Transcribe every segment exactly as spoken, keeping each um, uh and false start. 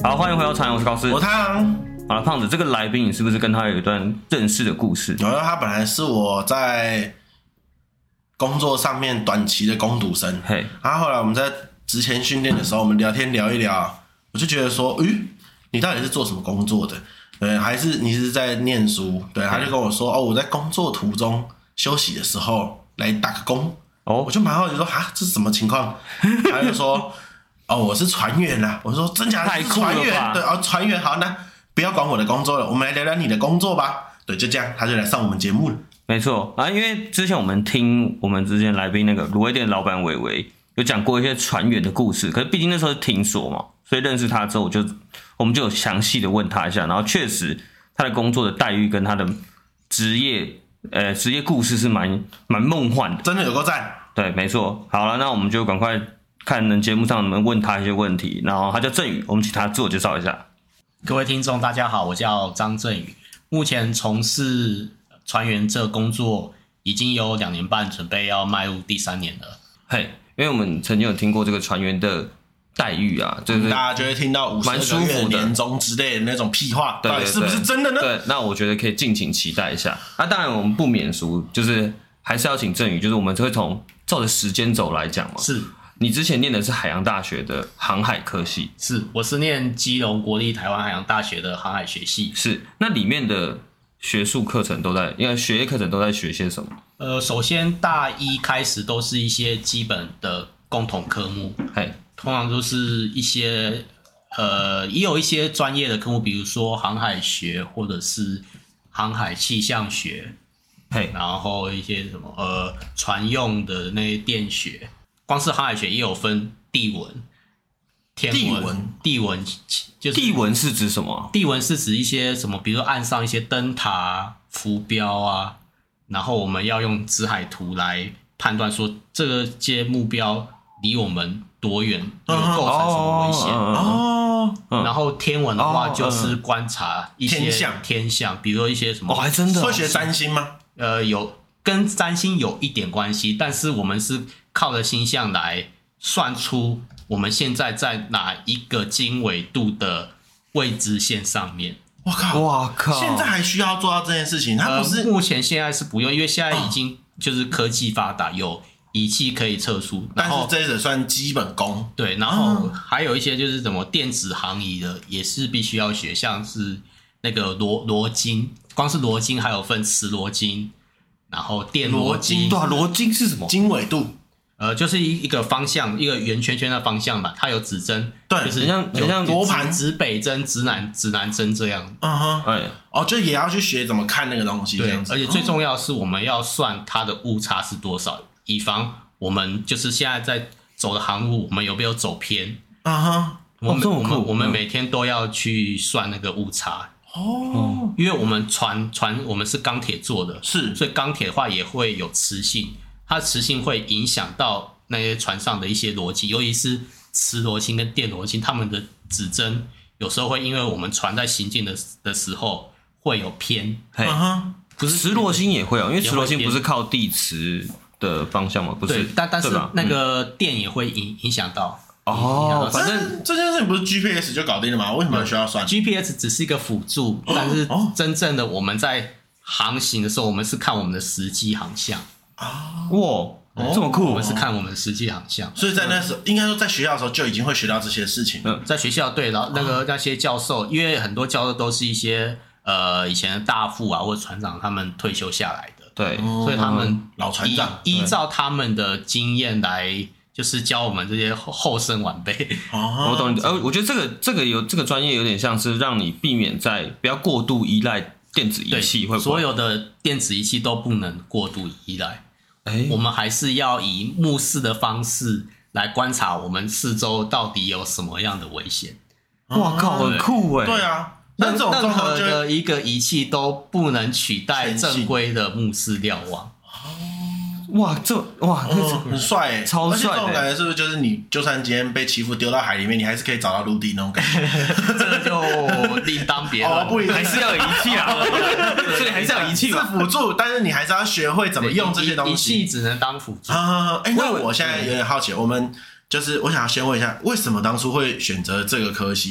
好，欢迎回到茶，我是高斯， 我汤。 好了，胖子，这个来宾你是不是跟他有一段认识的故事？ 有，他本来是我在工作上面短期的工读生，嘿，然后后来我们在职前训练的时候，我们聊天聊一聊，我就觉得说，咦，你到底是做什么工作的？对，还是你是在念书？对，他就跟我说，哦，我在工作途中休息的时候来打个工。哦，我就蛮好奇说，哈，这是什么情况？他就说，哦，我是船员啦。我说真假的？ 太酷了吧！ 船员，对，哦，船员，好，那不要管我的工作了，我们来聊聊你的工作吧。对，就这样，他就来上我们节目了。 没错啊，因为之前我们听我们之前来宾那个卤味店老板伟伟有讲过一些船员的故事，可是毕竟那时候是停所嘛，所以认识他之后，我就我们就有详细的问他一下，然后确实他的工作的待遇跟他的职业。呃，职业故事是蛮蛮梦幻的， 真的有够赞。 对，没错。好了，那我们就赶快看能节目上能不能问他一些问题。然后他叫振宇，我们请他自我介绍一下。 各位听众，大家好，我叫张振宇，目前从事船员这工作已经有两年半，准备要迈入第三年了。 嘿，因为我们曾经有听过这个船员的待遇啊，就是大家就会听到五十个月年终之类的那种屁话， 对对对， 到底是不是真的呢？ 对，那我觉得可以敬请期待一下。那、啊、当然我们不免俗，就是还是要请振宇，就是我们会从照着时间轴来讲嘛。 是， 你之前念的是海洋大学的航海科系， 是，我是念基隆国立台湾海洋大学的航海学系。 是，那里面的学术课程都在，因为学业课程都在学些什么？ 呃，首先大一开始都是一些基本的共同科目，嘿。通常都是一些呃，也有一些专业的科目，比如说航海学或者是航海气象学，嘿，然后一些什么呃船用的那些电学，光是航海学也有分地文、天文、地文，地文就是地文是指什么？ 地文是指一些什么，比如说岸上一些灯塔、浮标啊，然后我们要用指海图来判断说这个些目标离我们多远，有构成什么危险？哦，然后天文的话就是观察一些天象， 天象，比如说一些什么， 哦，还真的会学占星吗？ 呃，有跟占星有一点关系，但是我们是靠着星象来算出我们现在在哪一个经纬度的未知线上面。 哇靠！ 哇靠！ 现在还需要做到这件事情？它不是、 呃、目前现在是不用，因为现在已经就是科技发达，有仪器可以测出， 但是这只算基本功。 对，然后还有一些就是什么电子航仪的，也是必须要学，像是那个螺螺晶，光是螺晶还有分磁螺晶，然后电螺晶。 对啊，螺晶是什么？ 经纬度。 呃，就是一个方向，一个圆圈圈的方向吧，它有指针， 对， 就是像很像罗盘， 指北针、指南、指南针这样。 嗯哼， 哎， 哦，就也要去学怎么看那个东西，这样子。 而且最重要的是，我们要算它的误差是多少，以防我们就是现在在走的航路，我们有没有走偏？ 嗯哼， 我们、哦、我们我们每天都要去算那个误差。哦，因为我们船船我们是钢铁做的， 是， 所以钢铁的话也会有磁性。它的磁性会影响到那些船上的一些逻辑，尤其是磁螺芯跟电螺芯，它们的指针有时候会因为我们船在行进的的时候会有偏。 嘿，不是磁螺芯也会哦，因为磁螺芯不是靠地磁的方向吗？不是， 对，但但是那个电也会影影响到。 哦，反正这件事情不是 G P S 就搞定了吗？为什么需要算 ？G P S 只是一个辅助，但是真正的我们在航行的时候，我们是看我们的实际航向。 啊，哇，这么酷！ 我们是看我们的实际航向， 所以在那时候，应该说在学校的时候就已经会学到这些事情。 嗯，在学校对，然后那个那些教授，因为很多教授都是一些呃以前的大副啊或者船长，他们退休下来的， 对， 所以他们老船长依照他们的经验来，就是教我们这些后生晚辈。 哦，我懂你。呃，我觉得这个这个有这个专业有点像是让你避免在不要过度依赖电子仪器，会不会所有的电子仪器都不能过度依赖。 欸、 我们还是要以目视的方式来观察我们四周到底有什么样的危险。 哇靠，很酷哎！ 对啊，那这种任何的一个仪器都不能取代正规的目视瞭望。 哇，这哇， 嗯、很帅哎， 超帅的！ 而且这种感觉是不是就是你就算今天被欺负丢到海里面，你还是可以找到陆地那种感觉？ 这个就另当别论， 哦、不还是要有仪器啊，所以还是要有仪器吧， 是辅助，但是你还是要学会怎么用这些东西。 仪器只能当辅助。 啊，哎、欸，那我现在有点好奇，我们就是我想要先问一下，为什么当初会选择这个科系啊？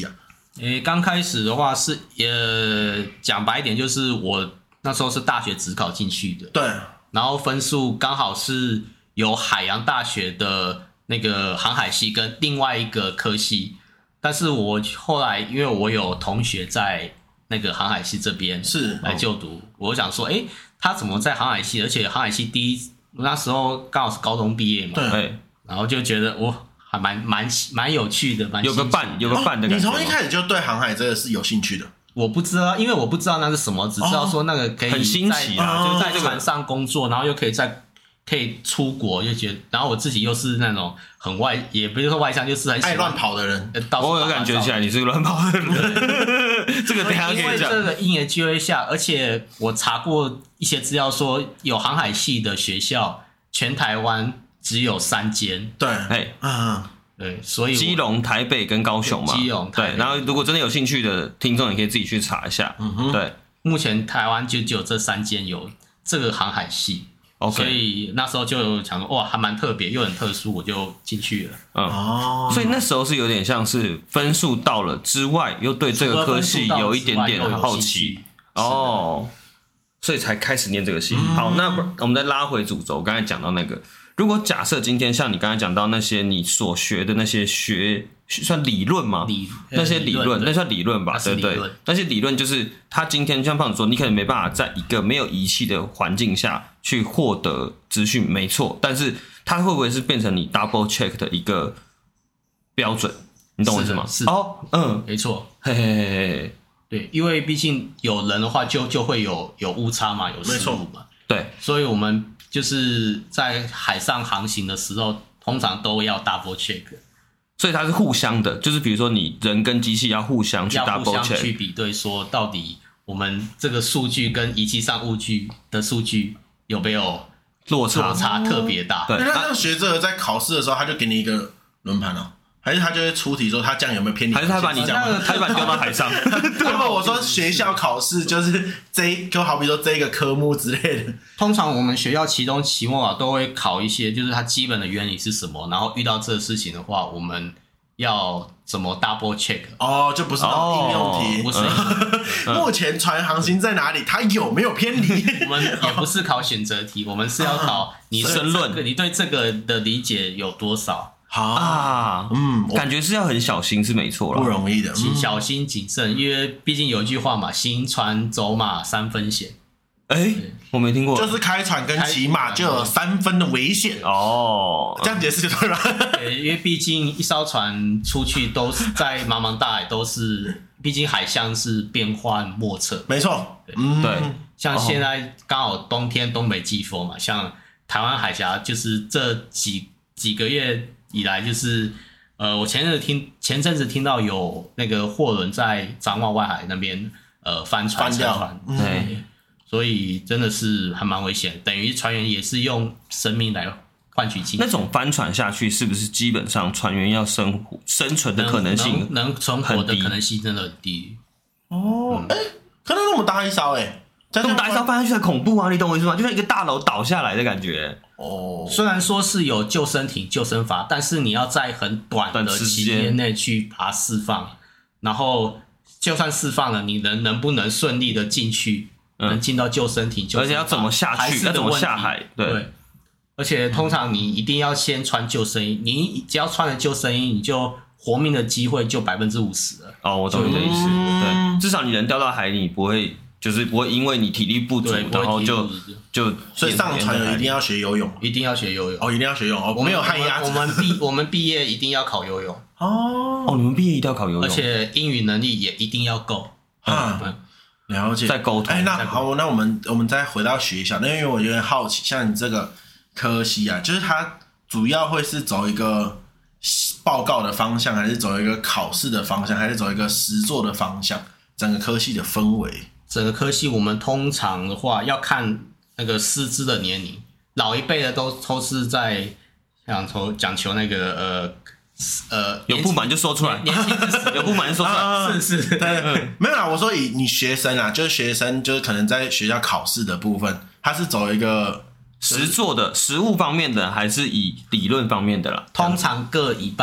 诶，刚开始的话是，呃，讲白一点，就是我那时候是大学指考进去的， 对， 然后分数刚好是有海洋大学的那个航海系跟另外一个科系，但是我后来因为我有同学在那个航海系这边是来就读，哦、我想说，诶，他怎么在航海系？而且航海系第一那时候刚好是高中毕业嘛， 对， 然后就觉得我。还蛮蛮蛮有趣的，蛮有个伴有个伴的感觉、 哦。你从一开始就对航海这个是有兴趣的？ 我不知道，因为我不知道那是什么，只知道说那个可以很新奇啊， 就在船上工作，然后又可以在可以出国，就觉得，然后我自己又是那种很外，也不是说外向，就是很爱乱跑的人。 我有感觉起来你是个乱跑的人，这个等一下可以讲。 因为这个因缘机会下，而且我查过一些资料说，有航海系的学校，全台湾只有三间。 对， 哎， 嗯。 对，所以基隆、台北跟高雄嘛， 基隆对，然后如果真的有兴趣的听众，也可以自己去查一下。嗯哼，对， 目前台湾就只有这三间有这个航海系， okay. 所以那时候就想说，哇，还蛮特别又很特殊，我就进去了。 嗯哦，所以那时候是有点像是分数到了之外，又对这个科系有一点点好奇哦，所以才开始念这个系。嗯、好，那我们再拉回主轴，刚才讲到那个。如果假设今天像你刚才讲到那些你所学的那些学算理论吗？ 理那些理论那算理论吧，对不对？那些理论就是他今天像胖子说，你可能没办法在一个没有仪器的环境下去获得资讯，没错。但是它会不会是变成你 double check 的一个标准？你懂我意思吗？ 是哦，嗯， 没错， 嘿嘿嘿嘿， 对，因为毕竟有人的话就就会有有误差嘛，有失误嘛， 对， 所以我们。就是在海上航行的时候，通常都要 double check， 所以它是互相的，就是比如说你人跟机器要互相去 double check， 要互相去比对，说到底我们这个数据跟仪器上物据的数据有没有落差？ 落差特别大。 对，那那学者在考试的时候，他就给你一个轮盘哦。还是他就会出题说他这样有没有偏离？ 还是他把你讲，他就把你丢到海上？ 如果我说学校考试就是这，就好比说这个科目之类的。 通常我们学校期中、期末啊都会考一些，就是它基本的原理是什么，然后遇到这个事情的话，我们要怎么 double check？ 哦，就不是那种应用题， 哦、不是。 目前船航行在哪里？它有没有偏离？ 我们也不是考选择题，我们是要考你申论，你对这个的理解有多少？ 好啊，嗯，感觉是要很小心，是没错啦， 不容易的， 请小心谨慎，因为毕竟有一句话嘛，行船走马三分险。 哎、欸，我没听过， 就是开船跟骑马就有三分的危险哦。 这样解释就对了。 对，因为毕竟一艘船出去都是在茫茫大海，都是，毕竟海象是变幻莫测。 没错， 对， 嗯、 对， 像现在刚好冬天东北季风嘛，像台湾海峡就是这几几个月以来，就是呃，我前阵子听前阵子听到有那个货轮在彰化外海那边呃翻船沉船， 嗯、 对。所以真的是还蛮危险，等于船员也是用生命来换取金。 那种翻船下去，是不是基本上船员要生活生存的可能性能能存活的可能性真的很低？ 哦，哎、嗯，可能那么大一艘，哎， 那么大一艘翻下去很恐怖啊！你懂我意思吗？就像一个大楼倒下来的感觉。 哦， 虽然说是有救生艇、救生筏，但是你要在很短的期间内去把它释放，然后就算释放了，你人能不能顺利的进去？能进到救生艇， 而且要怎么下去，要怎么下海？对， 对，而且通常你一定要先穿救生衣，你只要穿了救生衣，你就活命的机会就百分之五十了。 哦，我懂你的意思。对，至少你人掉到海里不会，就是不会因为你体力不足，然后就就所以上船有一定要学游泳， 一定要学游泳。 哦，一定要学游泳。哦，没有旱鸭子。 我们毕我们毕业一定要考游泳。 哦哦，你们毕业一定要考游泳， 而且英语能力也一定要够。 嗯。了解， 在沟通。 哎、欸，那好，那我们我们再回到学校，那因为我有点好奇，像你这个科系啊，就是它主要会是走一个报告的方向，还是走一个考试的方向，还是走一个实作的方向？整个科系的氛围， 整个科系我们通常的话要看那个师资的年龄，老一辈的都都是在想求讲求那个呃。呃， 有不满就说出来， 年轻有不满就说出来， 啊、 是是， 对，嗯、没有啦。我说以你学生啊，就是学生，就是可能在学校考试的部分，他是走一个实作的、实务方面的，还是以理论方面的啦？ 通常各一半，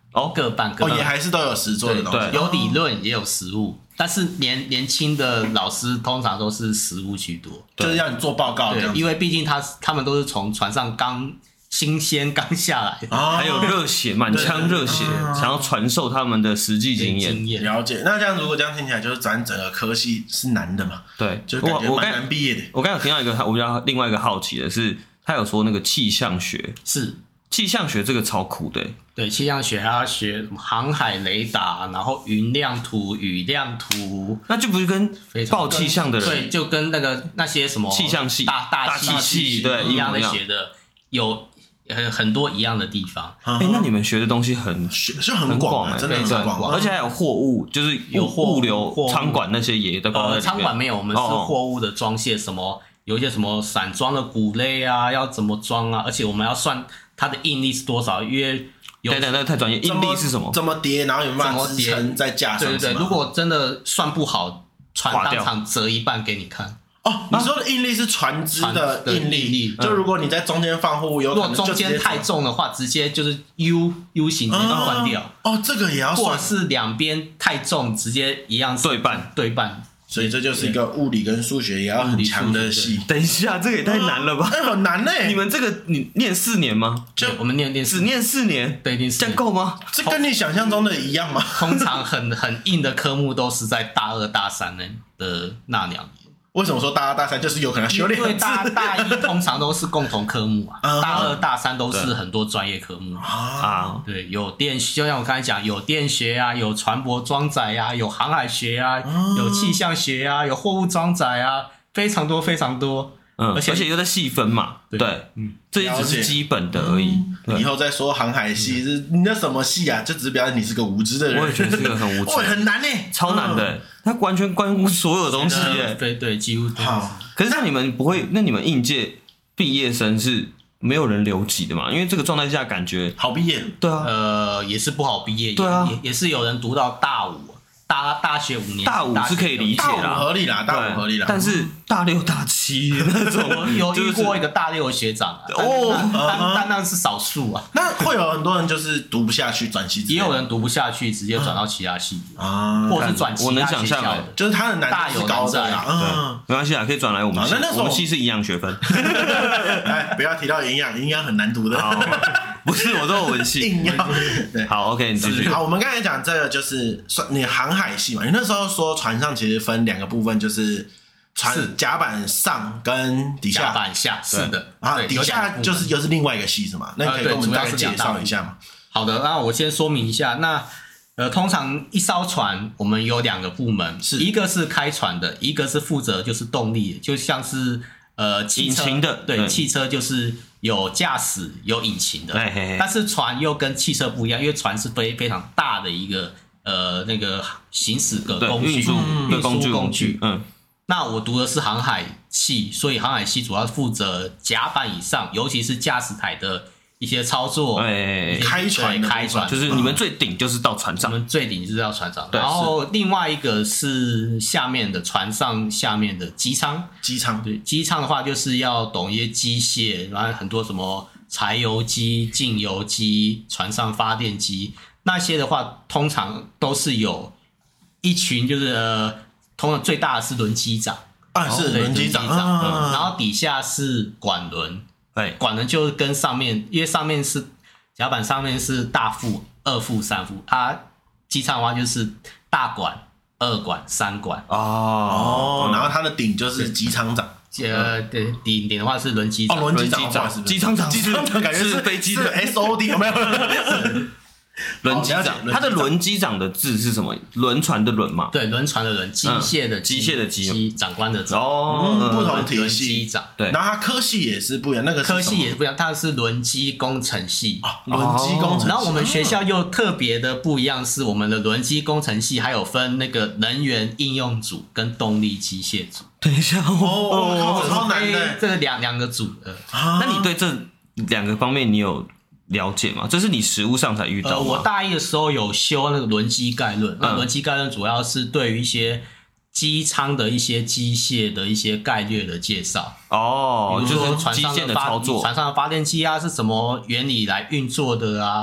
哦， 各半各半， 哦，也还是都有实作的东西， 有理论也有实务，但是年年轻的老师通常都是实务居多， 就是要你做报告这样， 因为毕竟他他们都是从船上刚新鲜刚下来的， 还有热血，满腔热血，想要传授他们的实际经验。 了解。那这样如果这样听起来，就是咱整个科系是难的嘛？ 对， 就感觉蛮难毕业的。 我刚有听到一个，我比较另外一个好奇的是，他有说那个气象学是气象学这个超酷的。 对，气象学还要学航海雷达，然后云量图、雨量图， 那就不是跟报气象的人对，就跟那个那些什么气象系、 大大气系对一样的学的有。很很多一样的地方， 哎、欸，那你们学的东西很就很广、欸，真的很广， 而且还有货物，就是有物流、仓管那些也都包在里面。 呃，仓管没有，我们是货物的装卸，什么有一些什么散装的谷类啊，要怎么装啊，而且我们要算它的应力是多少，因为有对对对，太专业，应力是什么？ 怎么叠，然后有没有办法支撑在架上？ 对对对，如果真的算不好，船当场折一半给你看。 哦，你说的应力是船只的应力，就如果你在中间放货物，有可能如果中间太重的话，直接就是 U U 型直接断掉。 哦，这个也要算， 或者是两边太重，直接一样对半对半。 所以这就是一个物理跟数学也要很强的系。 等一下，这个也太难了吧？ 哎，很难嘞！ 你们这个你念四年吗？ 就我们念念只念四年， 对，念四年， 这样够吗？ 这跟你想象中的一样吗？ 通常很很硬的科目都是在大二大三的那两年。 为什么说大二大三就是有可能修炼？ 因为大大一通常都是共同科目啊，大二大三都是很多专业科目啊。对，有电，就像我刚才讲，有电学啊，有船舶装载啊，有航海学啊，有气象学啊，有货物装载啊，非常多非常多。 嗯，而且而且又在细分嘛，对，嗯，这也只是基本的而已。 以后再说航海系是你那什么系啊？就只表示你是个无知的人。 我也觉得是个很无知， 很难呢， 超难的，它完全关乎所有东西耶。 对对，几乎好。 可是那你们不会？那你们应届毕业生是没有人留级的嘛？因为这个状态下感觉好毕业。 对啊， 呃，也是不好毕业。 对啊， 也也是有人读到大五。大大学五年， 大五是可以理解啦， 合理啦，大五合理啦。 但是大六、大七那种， 有遇过一个大六的学长啊， 哦， 但但那是少数啊。 那会有很多人就是读不下去转系， 也有人读不下去，直接转到其他系啊， 或者是转其他学校的， 就是他的难度是高的呀。 嗯，没关系啊，可以转来我们系。我们系是营养学分。 哎，不要提到营养，营养很难读的。 不是，我都有文系。 硬要对， 好 ，OK， 你继续。 好，我们刚才讲这个就是你航海系嘛，你那时候说船上其实分两个部分，就是船甲板上跟底下。 甲板下是的， 啊，底下就是又是另外一个系是吗？那你可以跟我们大概介绍一下吗？ 好的，那我先说明一下，那呃，通常一艘船我们有两个部门，是一个是开船的，一个是负责就是动力，就像是呃汽车的，对，汽车就是有驾驶有引擎的， 嘿嘿嘿， 但是船又跟汽车不一样，因为船是非非常大的一个呃那个行驶的工具， 运输运输工具，嗯。 那我读的是航海系，所以航海系主要负责甲板以上，尤其是驾驶台的一些操作， 哎， 开船开船， 就是你们最顶就是到船上， 我们最顶就是到船上，然后另外一个是下面的船上下面的机舱， 机舱对，机舱的话就是要懂一些机械，然后很多什么柴油机、进油机、船上发电机那些的话，通常都是有一群就是呃。通常最大的是轮机长啊，是轮机长， 然后底下是管轮， 对， 管轮就跟上面，因为上面是甲板上面是大副、二副、三副，它机舱的话就是大管、二管、三管哦，然后它的顶就是机舱长， 呃，对，顶顶的话是轮机长， 哦，轮机长， 机舱长， 机舱长感觉是飞机的 S O D 有没有？ 轮机长，它的轮机长的字是什么？轮船的轮嘛？ 对，轮船的轮，机械的机械的机， 长官的长。 哦， 不同体系长。 对， 然后它科系也是不一样，那个科系也是不一样，它是轮机工程系。 轮机工程。 然后我们学校又特别的不一样，是我们的轮机工程系还有分那个能源应用组跟动力机械组。 等一下， 哦，超难的， 这个两两个组。 那你对这两个方面你有了解吗？这是你实务上才遇到吗？ 呃，我大一的时候有修那个轮机概论，那轮机概论主要是对于一些机舱的一些机械的一些概略的介绍。 哦， 比如说就是机械的操作， 船上的发电机啊是什么原理来运作的啊？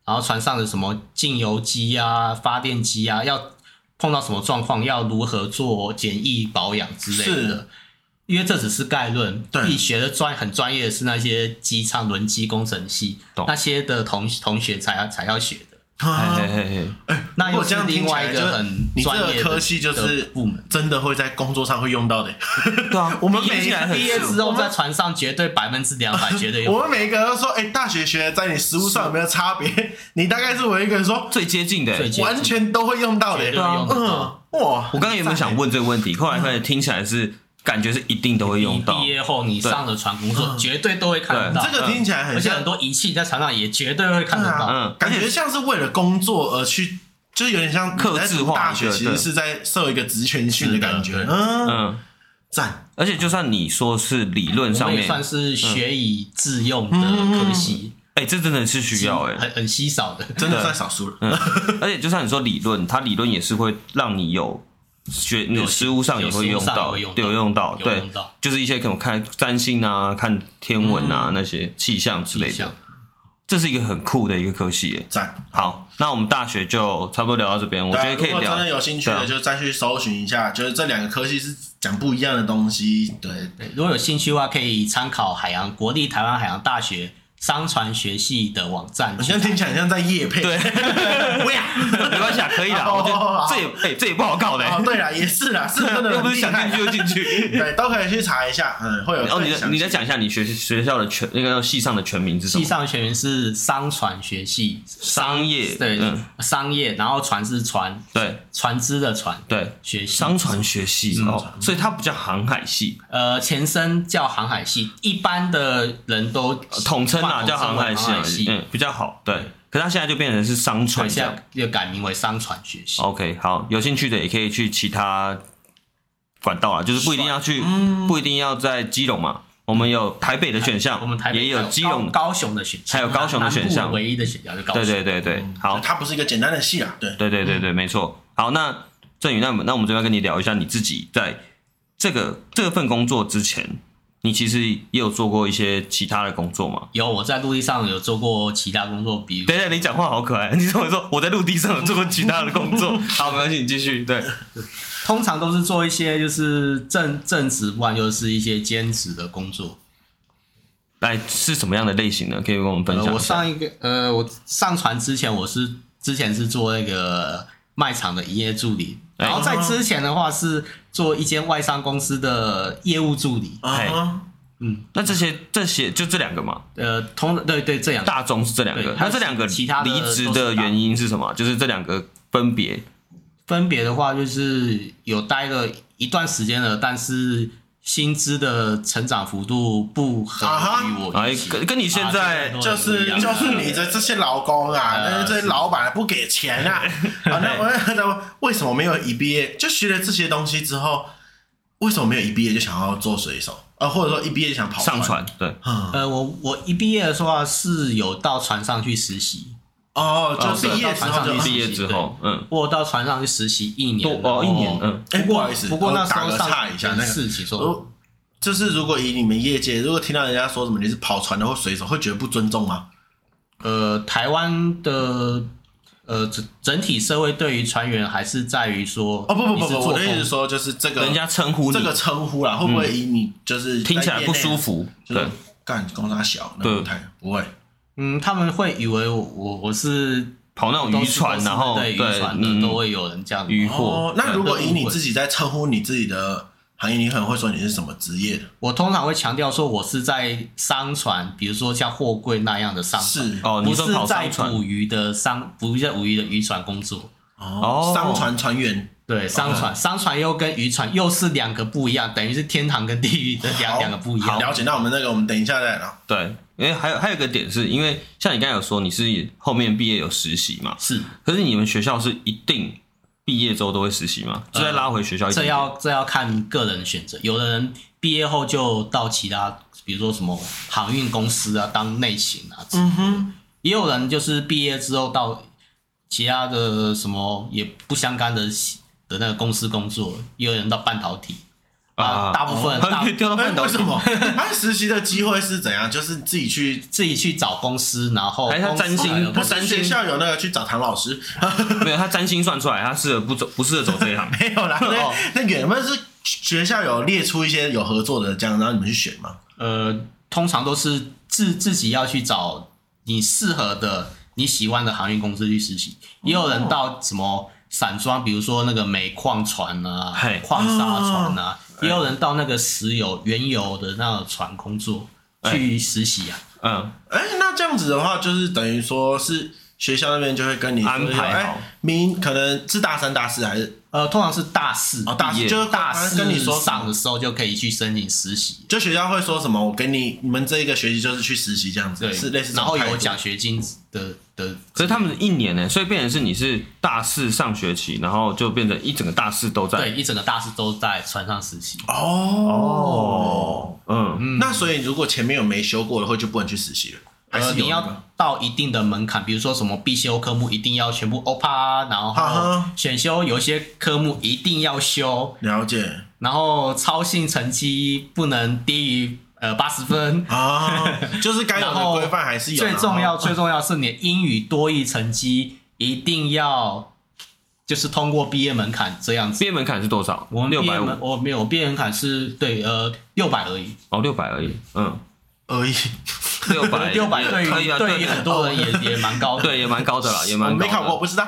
然后船上的什么进油机啊、发电机啊，要碰到什么状况，要如何做简易保养之类的。因为这只是概论，你学的专很专业的是那些机舱轮机工程系，那些的同同学才要才要学的。 嘿嘿嘿，哎， 那又是另外一个很专业的科系，就是部门， 真的会在工作上会用到的。 对啊， 我们每一个毕业之后在船上绝对百分之两百绝对用。 我们每一个都说，哎，大学学的在你实务上有没有差别？你大概是我一个人说最接近的， 完全都会用到的。 对啊， 嗯，哇， 我刚刚有没有想问这个问题？后来发现听起来是。感觉是一定都会用到。 毕业后你上了船工作，绝对都会看得到。 这个听起来很像， 而且很多仪器在船上也绝对会看得到。 嗯，感觉像是为了工作而去，就是有点像客制化。 大学其实是在受一个职权训的感觉。嗯嗯，赞。 而且就算你说是理论上面， 也算是学以致用的科系。 哎，这真的是需要哎， 很很稀少的， 真的算少数了。 而且就算你说理论，它理论也是会让你有。学那实务上也会用到，有用到，对，就是一些可能看占星啊、看天文啊、嗯、那些气象之类的，这是一个很酷的一个科系耶。 赞， 好，那我们大学就差不多聊到这边，我觉得可以聊。 如果真的有兴趣的，就再去搜寻一下，就是这两个科系是讲不一样的东西。对对，如果有兴趣的话，可以参考海洋国立台湾海洋大学。商船学系的网站， 好像听起来像在业配， 对，不要，没关系啊，可以啦，我觉得这也哎、欸，这也不好搞的、欸。 哦，对啦，也是啦，是真的， 又不是想进去就进去， 对，都可以去查一下，嗯，会有。 然后你你再讲一下你学学校的全那个系上的全名是什么？ 系上的全名是商船学系， 商业对，嗯、商业，然后船是船， 对， 船只的船， 对， 学系商船学系、嗯、哦，所以它不叫航海系， 呃，前身叫航海系，一般的人都统称啊。叫航海系，嗯，比较好，对。可是他现在就变成是商船， 现在就改名为商船学系。 OK， 好，有兴趣的也可以去其他管道啊，就是不一定要去，嗯、不一定要在基隆嘛。我们有台北的选项， 我们台北也有基隆、 高雄的选项， 还有高雄的选项。 唯一的选项就高雄。 对对对对，好， 它不是一个简单的系啊，对， 对对对对，没错。好，那振宇，那那我们这边跟你聊一下你自己在这个这份工作之前。你其实也有做过一些其他的工作吗？ 有，我在陆地上有做过其他工作，比如…… 等一下，你讲话好可爱。你怎么说？我在陆地上有做过其他的工作？好，没关系，你继续。对， 通常都是做一些就是正正职，不然就是一些兼职的工作。 来，是什么样的类型呢？可以跟我们分享一下。 呃、我上一个呃，我上船之前，我是之前是做那个卖场的营业助理。然后在之前的话是做一间外商公司的业务助理， 哎、uh-huh. 嗯，那这些这些就这两个嘛， 呃，通对对这两个大宗是这两个，那这两个其他离职的原因是什么？就是这两个分别， 分别的话就是有待了一段时间了，但是薪资的成长幅度不合于我预期， 跟跟你现在就是就是你的这些劳工啊，那、呃、这些老板不给钱啊，啊那我为什么没有一毕业就学了这些东西之后，为什么没有一毕业就想要做水手啊，或者说一毕业就想跑上船？对， 呃，我我一毕业的话是有到船上去实习。 哦，就毕业之后就毕业之后，嗯， 我到船上去实习一年， 哦，一年，嗯， 哎，不好意思， 不过那时候上岔一下，那个事情说， 就是如果以你们业界，如果听到人家说什么你是跑船的或水手，会觉得不尊重吗？ 呃，台湾的呃整整体社会对于船员还是在于说， 哦不不不不，我的意思是说，就是这个人家称呼这个称呼啦，会不会以你就是听起来不舒服？对， 干公司小，那不太不会。 嗯，他们会以为我我我是跑那种渔船，然后对渔船的都会有人这样渔获。 那如果以你自己在称呼你自己的行业，你可能会说你是什么职业的？ 我通常会强调说我是在商船，比如说像货柜那样的商船， 是哦， 不是在捕鱼的商，不是在捕鱼的渔船工作。 哦，商船船员。 对，商船，商船又跟渔船又是两个不一样，等于是天堂跟地狱的两两个不一样。 了解，那我们那个我们等一下再聊。 对，因为还有还有一个点是，因为像你刚才有说你是后面毕业有实习嘛， 是， 可是你们学校是一定毕业之后都会实习吗？就再拉回学校一点点、 呃、这要这要看个人选择，有的人毕业后就到其他，比如说什么航运公司啊当内勤啊，嗯哼，也有人就是毕业之后到其他的什么也不相干的。的那个公司工作，也有人到半导体， 啊，大部分他可以调到半导体。 为什么？他实习的机会是怎样？就是自己去自己去找公司，然后还是他占星？ 他占星学校有那个去找唐老师， 没有，他占星算出来，他适合不走，不适合走这一行。 没有啦，那那原本是学校有列出一些有合作的这样，然后你们去选吗？ 呃，通常都是自自己要去找你适合的、你喜欢的航运公司去实习，也有人到什么散装，比如说那个煤矿船啊、矿砂船啊。也有人到那个石油、原油的那种船工作去实习啊。 嗯， 哎、欸，那这样子的话，就是等于说是学校那边就会跟你安排好， 明、欸、可能是大三、大四还是呃，通常是大四哦，大四就是大四跟你说上的时候就可以去申請实习。 就学校会说什么？我给你你们这一个学期就是去实习这样子， 对， 是类似这种， 然后有奖学金的的。 可是他们一年呢，所以变成是你是大四上学期，然后就变成一整个大四都在， 对，一整个大四都在船上实习。 哦， 嗯嗯，那所以如果前面有没修过的话，就不能去实习了。还是、 呃、你要到一定的门槛，比如说什么必修科目一定要全部 O P A， 然后选修有一些科目一定要修， 了解。 然后操性成绩不能低于呃八十分啊，就是该有的规范还是有。 最重要最重要是你的英语多益成绩一定要就是通过毕业门槛这样子。 毕业门槛是多少？ 我们六百五，我没有毕业门槛是对呃六百而已。 哦，六百而已，嗯， 而已。 六百六百对于对于很多人也也蛮高的， 对，也蛮高的啦，也蛮高的。 我没考过，我不知道。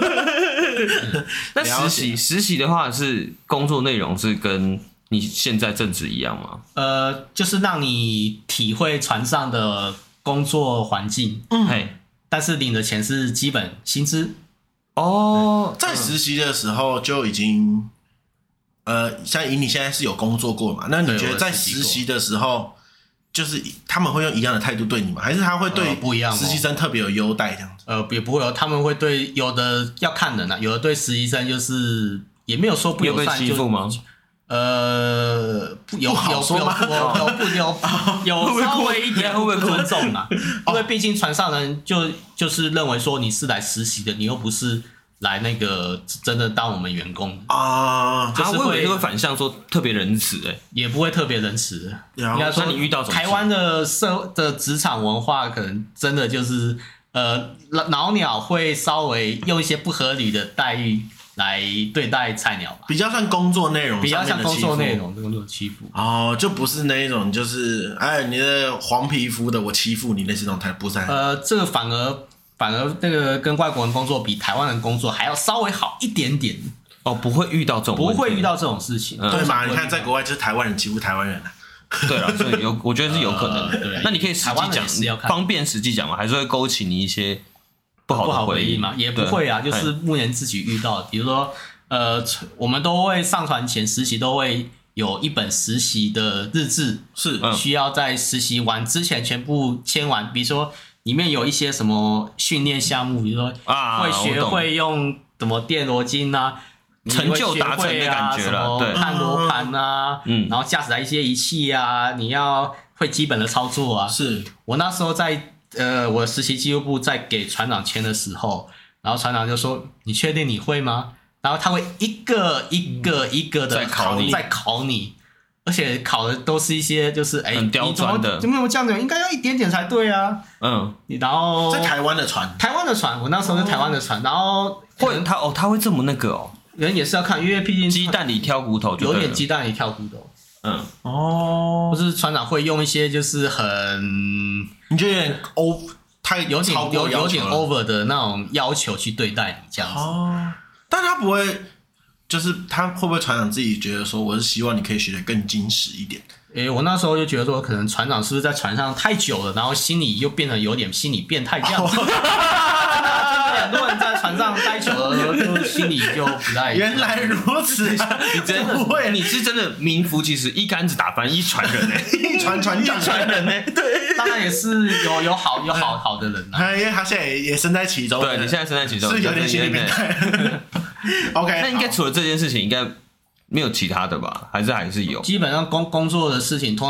那实习实习的话，是工作内容是跟你现在正职一样吗？ 呃，就是让你体会船上的工作环境， 嗯， 但是领的钱是基本薪资。 哦， 在实习的时候就已经，呃，像以你现在是有工作过嘛？那你觉得在实习的时候？就是他们会用一样的态度对你吗？还是他会对不一样实习生特别有优待这样子？ 呃，也不会有，他们会对有的要看人啊，有的对实习生就是也没有说不友善， 有被欺负吗？ 呃，有有有有不有有稍微一点不尊重啊，因为毕竟船上人就就是认为说你是来实习的，你又不是。来那个真的当我们员工啊， 就是会会反向说特别仁慈哎， 也不会特别仁慈。应该说你遇到台湾的社的职场文化，可能真的就是呃老鸟会稍微用一些不合理的待遇来对待菜鸟吧， 比较像工作内容， 比较像工作内容的工作欺负哦，就不是那一种就是哎你的黄皮肤的我欺负你类似那种态，不是？ 呃，这个反而。反而那个跟外国人工作比台湾人工作还要稍微好一点点哦，不会遇到这种不会遇到这种事情， 嗯、对嘛？你看在国外就是台湾人欺负台湾人啊， 对了，所以有我觉得是有可能的。呃、对，那你可以实际讲，方便实际讲吗？还是会勾起你一些不好的回忆吗？也不会啊，就是目前自己遇到的，比如说呃，我们都会上船前实习都会有一本实习的日志， 是需要在实习完之前全部签完，比如说。里面有一些什么训练项目，比如说会学会用什么电螺筋啊， 成就达成的感觉了，对， 看罗盘啊，嗯，然后驾驶一些仪器啊，你要会基本的操作啊。 是我那时候在呃，我实习记录部在给船长签的时候，然后船长就说：“你确定你会吗？”然后他会一个一个一个的考你， 再考你。而且考的都是一些就是哎， 很刁钻的， 怎么有这样的？应该要一点点才对啊。 嗯， 然后在台湾的船， 台湾的船，我那时候是台湾的船，然后会他哦，他会这么那个哦， 人也是要看，因为毕竟鸡蛋里挑骨头， 有点鸡蛋里挑骨头。 嗯， 哦，不是船长会用一些就是很， 你觉得有点 over， 太有点有有点 over 的那种要求去对待你这样子。 哦，但他不会。就是他会不会船长自己觉得说，我是希望你可以学得更精实一点？ 诶、欸，我那时候就觉得说，可能船长是不是在船上太久了，然后心里又变得有点心理变态这样子。很多人在船上待久了，就心里就不太。 原来如此， 你真不会，你是真的名副其实一竿子打翻一船人哎， 一船船长船人哎，对， 当然也是有有好有好好的人啊，因为他现在也身在其中， 对你现在身在其中， 是有点心理变态。OK， 那应该除了这件事情，应该没有其他的吧？还是还是有？ 基本上工工作的事情，通常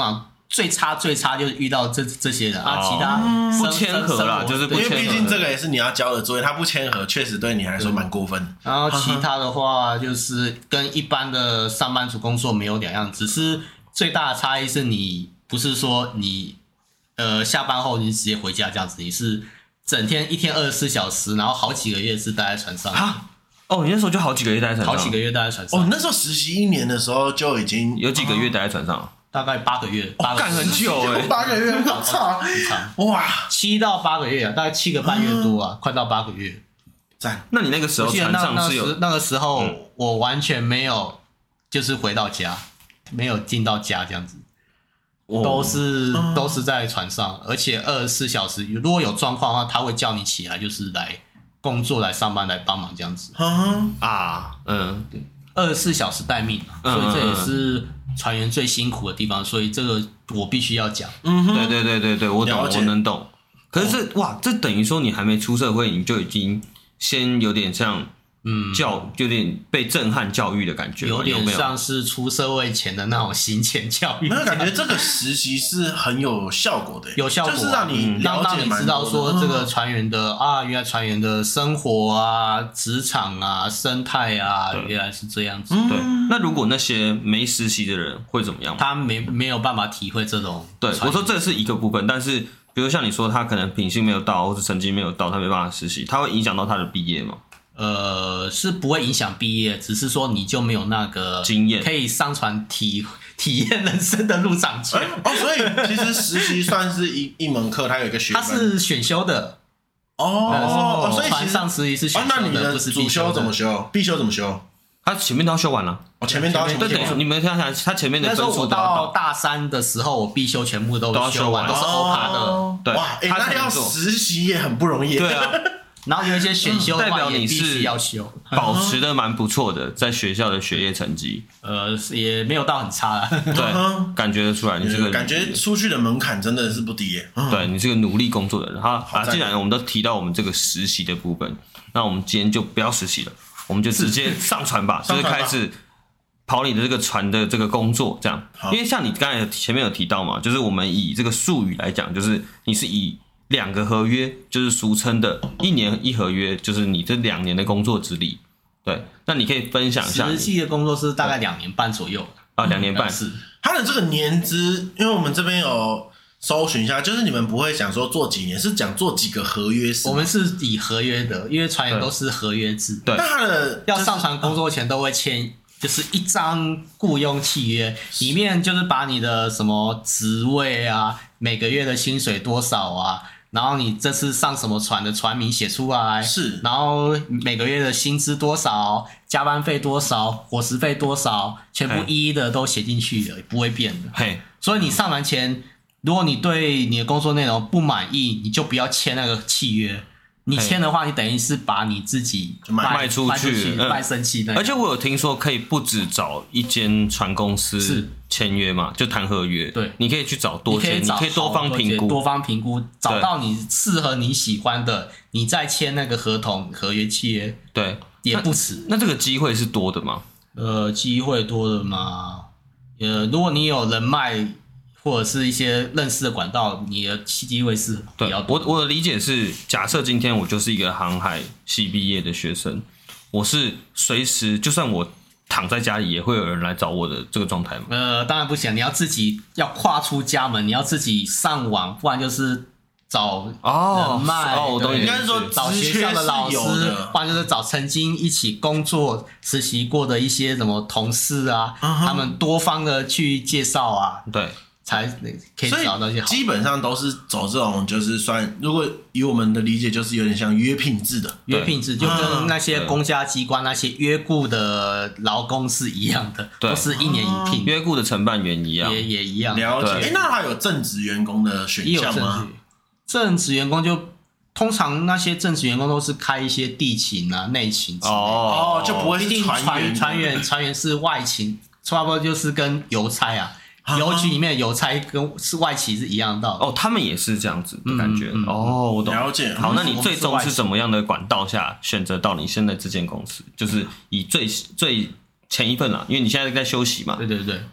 最差最差就是遇到这这些人、哦、啊，其他不签合啦，就是不签合， 因为毕竟这个也是你要交的作业，他不签合，确实对你来说蛮过分。 然后其他的话就是跟一般的上班族工作没有两样，只是最大的差异是你不是说你呃下班后你直接回家这样子，你是整天一天二十四小时，然后好几个月是待在船上。 啊哦，你那时候就好几个月待在船上， 好几个月待在船上。 哦，那时候实习一年的时候就已经有几个月待在船上。哦大概八个月，八个干、哦、很久哎、欸， 八个月，我操， 很长哇， 七到八个月啊，大概七个半月多啊，嗯、快到八个月。 赞。 那你那个时候船上是有那个时候、嗯、我完全没有，就是回到家，没有进到家这样子，哦、都是、嗯、都是在船上，而且二十四小时，如果有状况的话，他会叫你起来，就是来工作、来上班、来帮忙这样子。 嗯啊，嗯，对， 二十四小时待命、啊，所以这也是。船员最辛苦的地方，所以这个我必须要讲。 嗯哼，对对对对对，我懂，我能懂。可是这哇，这等于说你还没出社会，你就已经先有点像嗯教，有点被震撼教育的感觉， 有点像是出社会前的那种行前教育。 没有感觉这个实习是很有效果的， 有效果、啊， 就是让你了解让你知道说这个船员的、嗯、啊，原来船员的生活啊、职场啊、生态啊，原来是这样子。 对，那如果那些没实习的人会怎么样？ 他没没有办法体会这种。 对，我说这是一个部分，但是比如像你说他可能品性没有到，或者成绩没有到，他没办法实习，他会影响到他的毕业吗？ 呃，是不会影响毕业，只是说你就没有那个经验， 可以上船体体验人生的入场券、欸。 哦，所以其实实习算是一一门课，它有一个学分， 它是选修的。 哦， 哦所以船上实习是选修的， 哦、那你的不是必主修怎么修？必修怎么修？ 他前面都要修完了。 哦，前面都要修完。 对，等于说你们想想，他前面的分数都要到。大三的时候，我必修全部都修完，都是欧趴的。 哦、 对， 哇，欸、那要实习也很不容易。 对啊。 然后有一些选修的话， 代表你是要修， 保持的蛮不错的，在学校的学业成绩， 呃，也没有到很差啦。 对，感觉得出来，你这个感觉出去的门槛真的是不低耶。 对，你是个努力工作的人。好，啊，既然我们都提到我们这个实习的部分，那我们今天就不要实习了，我们就直接上船吧，就是开始跑你的这个船的这个工作，这样。因为像你刚才前面有提到嘛，就是我们以这个术语来讲，就是你是以两个合约，就是俗称的一年一合约，就是你这两年的工作资历。对，那你可以分享一下。 实际的工作是大概两年半左右啊，两年半是。 他的这个年资，因为我们这边有搜寻一下，就是你们不会想说做几年，是讲做几个合约是吗？ 我们是以合约的，因为船员都是合约制。 对， 那他的、就是、 要上船工作前都会签。就是一张雇佣契约，里面就是把你的什么职位啊，每个月的薪水多少啊，然后你这次上什么船的船名写出来， 是， 然后每个月的薪资多少，加班费多少，伙食费多少，全部一一的都写进去的，不会变的。 嘿， 所以你上船前，如果你对你的工作内容不满意，你就不要签那个契约。你签的话，你等于是把你自己卖出去， 卖身契。 而且我有听说，可以不只找一间船公司签约嘛，就谈合约。 对， 你可以去找多间，你可以多方评估， 多方评估，找到你适合你喜欢的，你再签那个合同合约契约。 对， 也不迟。 那这个机会是多的吗？ 呃，机会多的嘛，呃，如果你有人脉。或者是一些认识的管道，你的机会是比较多。 我我的理解是，假设今天我就是一个航海系毕业的学生，我是随时就算我躺在家里，也会有人来找我的这个状态吗？ 呃，当然不行，你要自己要跨出家门，你要自己上网，不然就是找人脉。 哦，我懂， 应该是说找学校的老师，不然就是找曾经一起工作实习过的一些什么同事啊，嗯、他们多方的去介绍啊。 对。 才可以找到一些好， 基本上都是走这种，就是算，如果以我们的理解，就是有点像约聘制的， 约聘制就跟那些公家机关那些约雇的劳工是一样的，都是一年一聘， 约雇的承办员一样， 也也一样。 了解。欸、那还有正职员工的选项吗？ 正职员工就通常那些正职员工都是开一些地勤啊、内勤哦，就不会是船员，船员船员是外勤，差不多就是跟邮差啊。邮局里面的邮差跟是外企是一样的哦，他们也是这样子的感觉、嗯嗯、哦，我懂了解。 好，那你最终是怎么样的管道下选择到你现在这间公司？就是以最最前一份啦，因为你现在在休息嘛。 对对对对。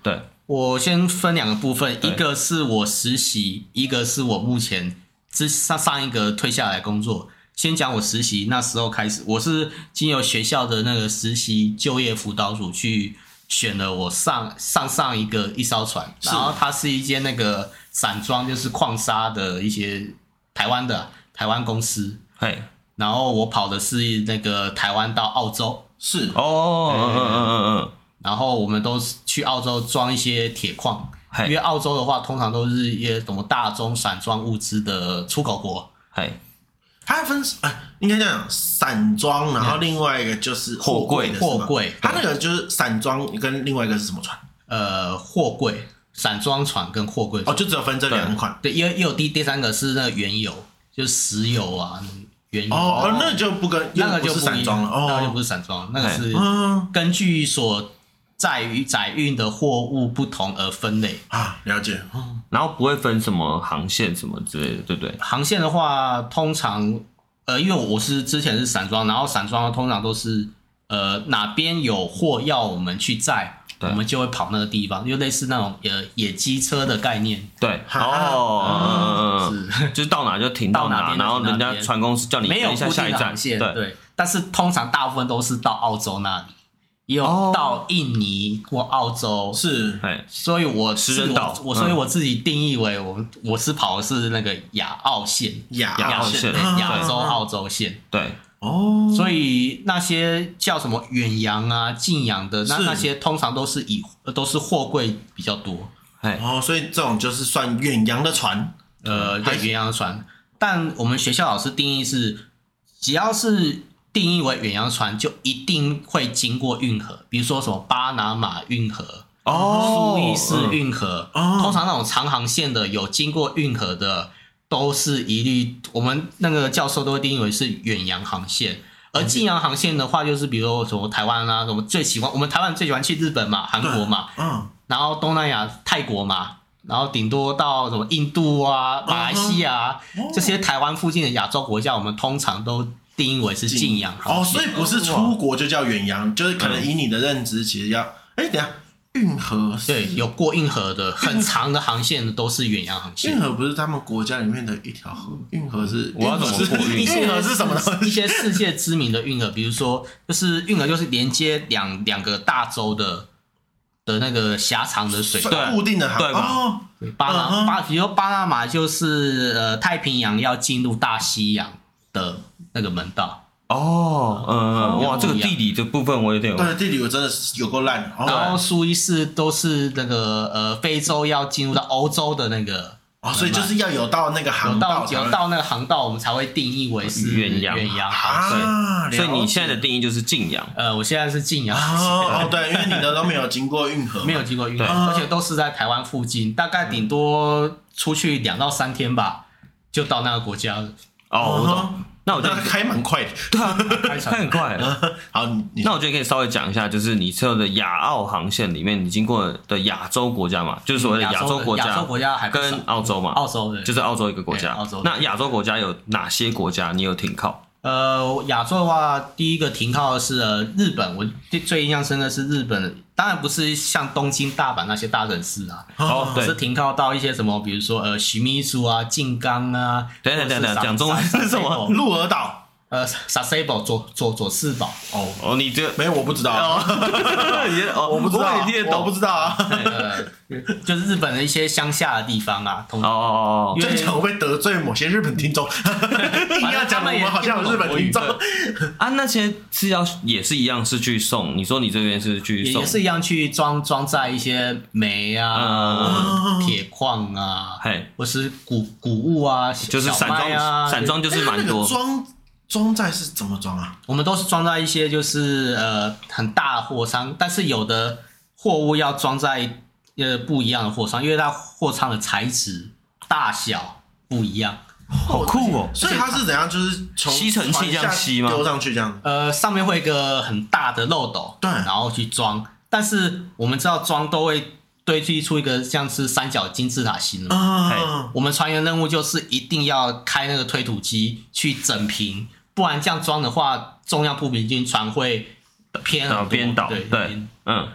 我先分两个部分，一个是我实习，一个是我目前之上上一个退下来工作。先讲我实习那时候开始，我是经由学校的那个实习就业辅导组去选了我上上上一个一艘船，然后它是一间那个散装，就是矿砂的一些台湾的台湾公司。 嘿， 然后我跑的是那个台湾到澳洲。 是哦，嗯嗯嗯嗯。 然后我们都是去澳洲装一些铁矿，因为澳洲的话通常都是一些什么大宗散装物资的出口国。 嘿。 它分哎，应该这样，散装，然后另外一个就是货柜的， 货柜。 它那个就是散装，跟另外一个是什么船？ 呃，货柜、散装船跟货柜。 哦，就只有分这两款。 对，因为也有第第三个是那个原油，就是石油啊，原油。 哦，那就不跟那个就不是散装了，哦， 那个就不是散装，那个是根据所在于载运的货物不同而分类啊，了解。 然后不会分什么航线什么之类的，对不对？ 航线的话，通常呃，因为我是之前是散装，然后散装通常都是呃哪边有货要我们去载，我们就会跑那个地方，就类似那种呃野机车的概念。 对，哦，嗯，是，就是到哪就停到哪，然后人家船公司叫你等一下下一站， 对对。但是通常大部分都是到澳洲那里。也有到印尼或澳洲， 是， 所以我是我，我所以我自己定义为我我是跑的是那个亚澳线， 亚澳线， 亚洲澳洲线， 对， 哦， 所以那些叫什么远洋啊、近洋的，那那些通常都是以都是货柜比较多， 哦，所以这种就是算远洋的船， 呃，对，远洋的船，但我们学校老师定义是，只要是定义为远洋船就一定会经过运河，比如说什么巴拿马运河、 哦、 苏伊士运河、 哦， 通常那种长航线的有经过运河的，都是一律我们那个教授都会定义为是远洋航线。而近洋航线的话，就是比如说什么台湾啊，什么最喜欢我们台湾最喜欢去日本嘛、韩国嘛， 嗯， 然后东南亚泰国嘛，然后顶多到什么印度啊、马来西亚、uh-huh. 这些台湾附近的亚洲国家，我们通常都定义为是近洋航线。 哦，所以不是出国就叫远洋，就是可能以你的认知，其实要哎、嗯，等一下运河对有过运河的很长的航线的都是远洋航线。 运河不是他们国家里面的一条河，运河是我要怎么过运河？ 运河是什么东西？ 一些世界知名的运河，比如说就是运河就是连接两两个大洲的的那个狭长的水道，固定的航对吧？ 哦， 巴拿巴，比如说巴拿马就是呃太平洋要进入大西洋的那个门道。 哦，嗯，哇，这个地理的部分我有点对地理我真的是有够烂。 然后苏伊士都是那个呃非洲要进入到欧洲的那个。 哦，所以就是要有到那个航道，有到有到那个航道，我们才会定义为是远洋。 远洋啊， 所以你现在的定义就是近洋。 呃，我现在是近洋。 哦哦，对，因为你的都没有经过运河， 没有经过运河，而且都是在台湾附近，大概顶多出去两到三天吧，就到那个国家了。 哦，我懂。那我就开蛮快的， 对啊，开很快。 好， 那我觉得可以稍微讲一下，就是你车的亚澳航线里面，你经过的亚洲国家嘛，就是所谓的亚洲国家， 亚洲国家还跟澳洲嘛， 澳洲的， 就是澳洲一个国家。 澳洲。 那亚洲国家有哪些国家你有停靠？ 呃，亚洲的话，第一个停靠的是呃日本，我最印象深的是日本，当然不是像东京、大阪那些大城市啊， 哦，对， 是停靠到一些什么，比如说呃许密苏啊、静冈啊， 等等等等，讲中文是什么？ 鹿儿岛。 呃 ，Sasebo 佐佐佐世保哦哦，你这没有我不知道， 哦， 我不知道， 你听得懂我不知道啊， 呃，就是日本的一些乡下的地方啊， 哦哦哦， 这样讲会得罪某些日本听众，硬要讲我们好像有日本听众啊，那些是要也是一样是去送，你说你这边是去送， 也是一样去装装载一些煤啊、铁矿啊，或是谷谷物啊， 就是散装，散装就是蛮多装。装载是怎么装啊？ 我们都是装在一些就是呃很大的货仓，但是有的货物要装在呃不一样的货仓，因为它货仓的材质、大小不一样。 好酷哦！ 所以它是怎样？就是从吸尘器这样吸吗？ 丢上去这样？ 呃，上面会有一个很大的漏斗， 对， 然后去装。但是我们知道装都会堆积出一个像是三角金字塔形的嘛。 嗯， 我们船员任务就是一定要开那个推土机去整平。不然这样装的话，重量不平均，船会偏偏倒。 对对，嗯，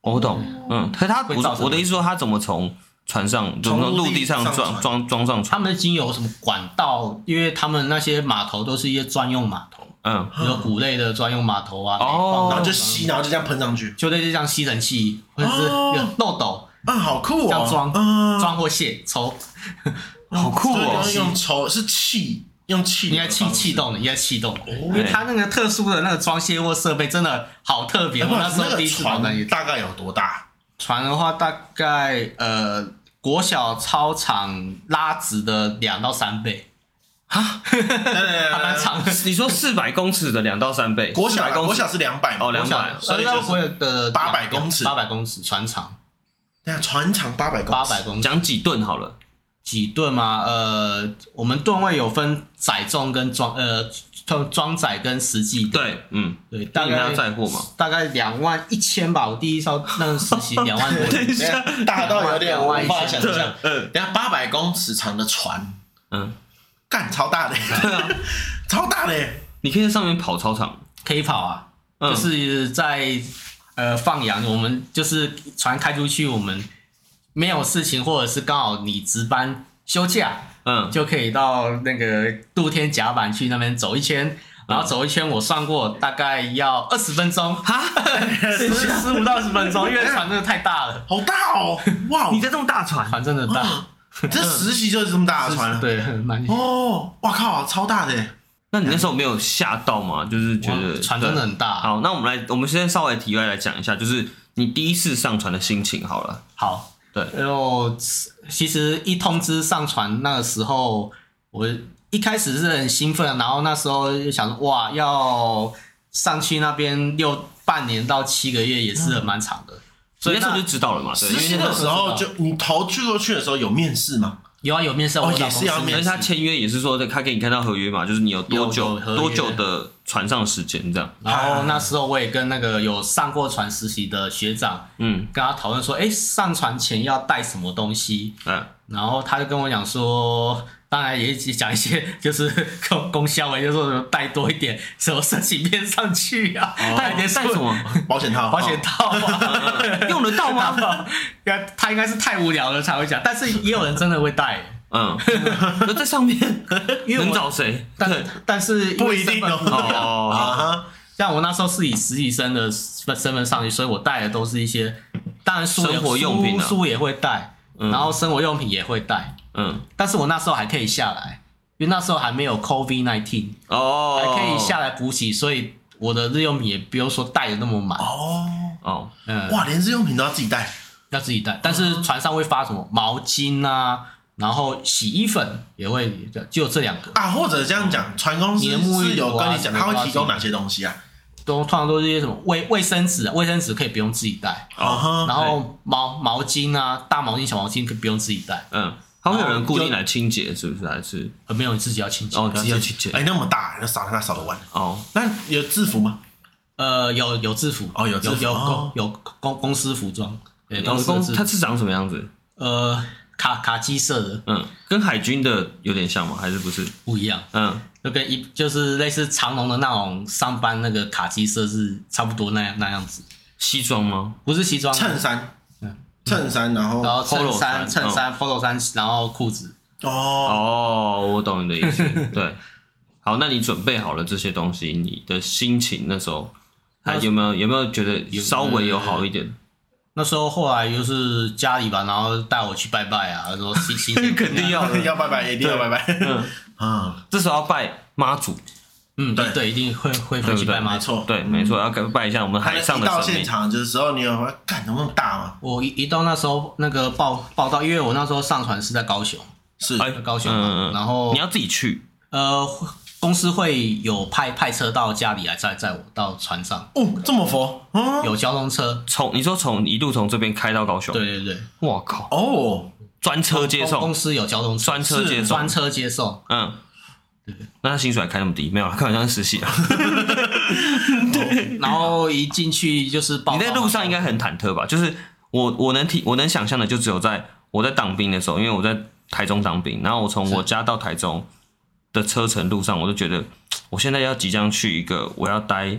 我懂，嗯，可是他不是我的意思说，他怎么从船上从陆地上装装装上船？ 他们已经有什么管道？因为他们那些码头都是一些专用码头，嗯，有谷类的专用码头啊， 哦，然后就吸，然后就这样喷上去， 就类似像吸尘器或者是漏斗， 嗯，好酷哦， 这样装装或卸抽， 好酷哦， 用抽是气。用气， 应该气气动的，应该气动的，因为它那个特殊的那个装卸货设备真的好特别。我那时候第一次跑那大概有多大？ 船的话，大概呃国小操场拉直的两到三倍。 啊，还蛮长的。你说四百公尺的两到三倍， 国小国小是两百哦，两百， 所以就是的八百公尺， 八百公尺船长。 对啊，船长八百公尺， 八百公尺， 讲几吨好了。 几吨吗？呃，我们吨位有分载重跟装呃装载跟实际的。 对，嗯， 对，大概要载货嘛， 大概两万一千吧。我第一艘那个实习两万多， 等一下大到有点无法想象。 嗯， 等下八百公尺长的船， 嗯， 干超大的， 对啊， 超大的， 你可以在上面跑操场， 可以跑啊，嗯、就是在呃放羊，我们就是船开出去，我们。没有事情，或者是刚好你值班休假，嗯，就可以到那个露天甲板去那边走一圈，然后走一圈，我算过大概要二十分钟，哈，十十五到二十分钟，因为船真的太大了， 好大哦，哇， 你在这么大船， 船真的大， 这实习就是这么大的船， 对，蛮哦，哇靠，超大的。 那你那时候没有吓到吗？就是觉得船真的很大。 好，那我们来，我们先稍微题外来讲一下，就是你第一次上船的心情好了。 好。 对， 然后其实一通知上船那个时候，我一开始是很兴奋，然后那时候就想说，哇，要上去那边六半年到七个月也是很蛮长的，嗯、 所以那时候就知道了嘛。对， 实习的时候就你投去过去的时候有面试吗？ 有啊，有面试， 哦，也是要面试。 但是他签约也是说，他给你看到合约嘛，就是你有多久多久的船上时间这样。 然后那时候我也跟那个有上过船实习的学长，嗯，跟他讨论说，哎，上船前要带什么东西？嗯，然后他就跟我讲说，当然也讲一些就是功功效欸，就是说带多一点什么色情片上去啊，带一点带什么保险套， 保险套啊， 用得到吗？ 他应该是太无聊了才会讲，但是也有人真的会带。 嗯，那在上面能找谁？ 但但是不一定哦。像我那时候是以实习生的身份上去，所以我带的都是一些，当然生活用品， 书也会带，然后生活用品也会带。嗯，但是我那时候还可以下来，因为那时候还没有 COVID 十九 哦，还可以下来补给，所以我的日用品也不用说带的那么满。 哦哦，嗯，哇，连日用品都要自己带， 要自己带。但是船上会发什么毛巾啊？然后洗衣粉也会，就有这两个啊。或者这样讲，船公司是有跟你讲，他会提供哪些东西啊？ 都通常都是一些什么卫卫生纸，卫生纸可以不用自己带，哦、然后毛毛巾啊，大毛巾、小毛巾可以不用自己带。 嗯，他会有人固定来清洁，是不是？还是呃没有，你自己要清洁。 哦，自己要清洁。 哎，那么大，那扫那扫得完哦。那有制服吗？ 呃，有有制服哦，有制服， 有有有公公司服装。 对，公司它是长什么样子？ 呃。卡卡基色的， 嗯，跟海军的有点像吗？还是不是？ 不一样，嗯，就跟一就是类似长龙的那种上班那个卡基色是差不多那样那样子。 西装吗？ 不是西装， 衬衫，嗯，衬衫，然后然后衬衫，衬衫 polo 衫，然后裤子。 哦哦，我懂你的意思。对，好，那你准备好了这些东西，你的心情那时候还有没有有没有觉得稍微有好一点？ 那时候后来就是家里吧，然后带我去拜拜啊，说心心情肯定要要拜拜，一定要拜拜。嗯啊，这时候要拜妈祖。 嗯，对对，一定会会回去拜妈祖。 对，没错，要拜一下我们海上的神明。 到现场的时候，你有干怎么那么大吗？ 我一一到那时候那个报报道，因为我那时候上船是在高雄， 是高雄嘛，然后你要自己去， 呃。公司会有派派车到家里来载载我到船上哦，这么佛， 嗯、有交通车从你说从一路从这边开到高雄， 对对对， 我靠哦， 专车接送， 公司有交通车， 专车接送， 专车接送， 嗯，对，那他薪水还开那么低？没有，开玩笑，实习啊。 对，然后一进去就是你在路上应该很忐忑吧？就是我我能体我能想象的，就只有在我在当兵的时候，因为我在台中当兵，然后我从我家到台中的车程路上，我就觉得我现在要即将去一个我要待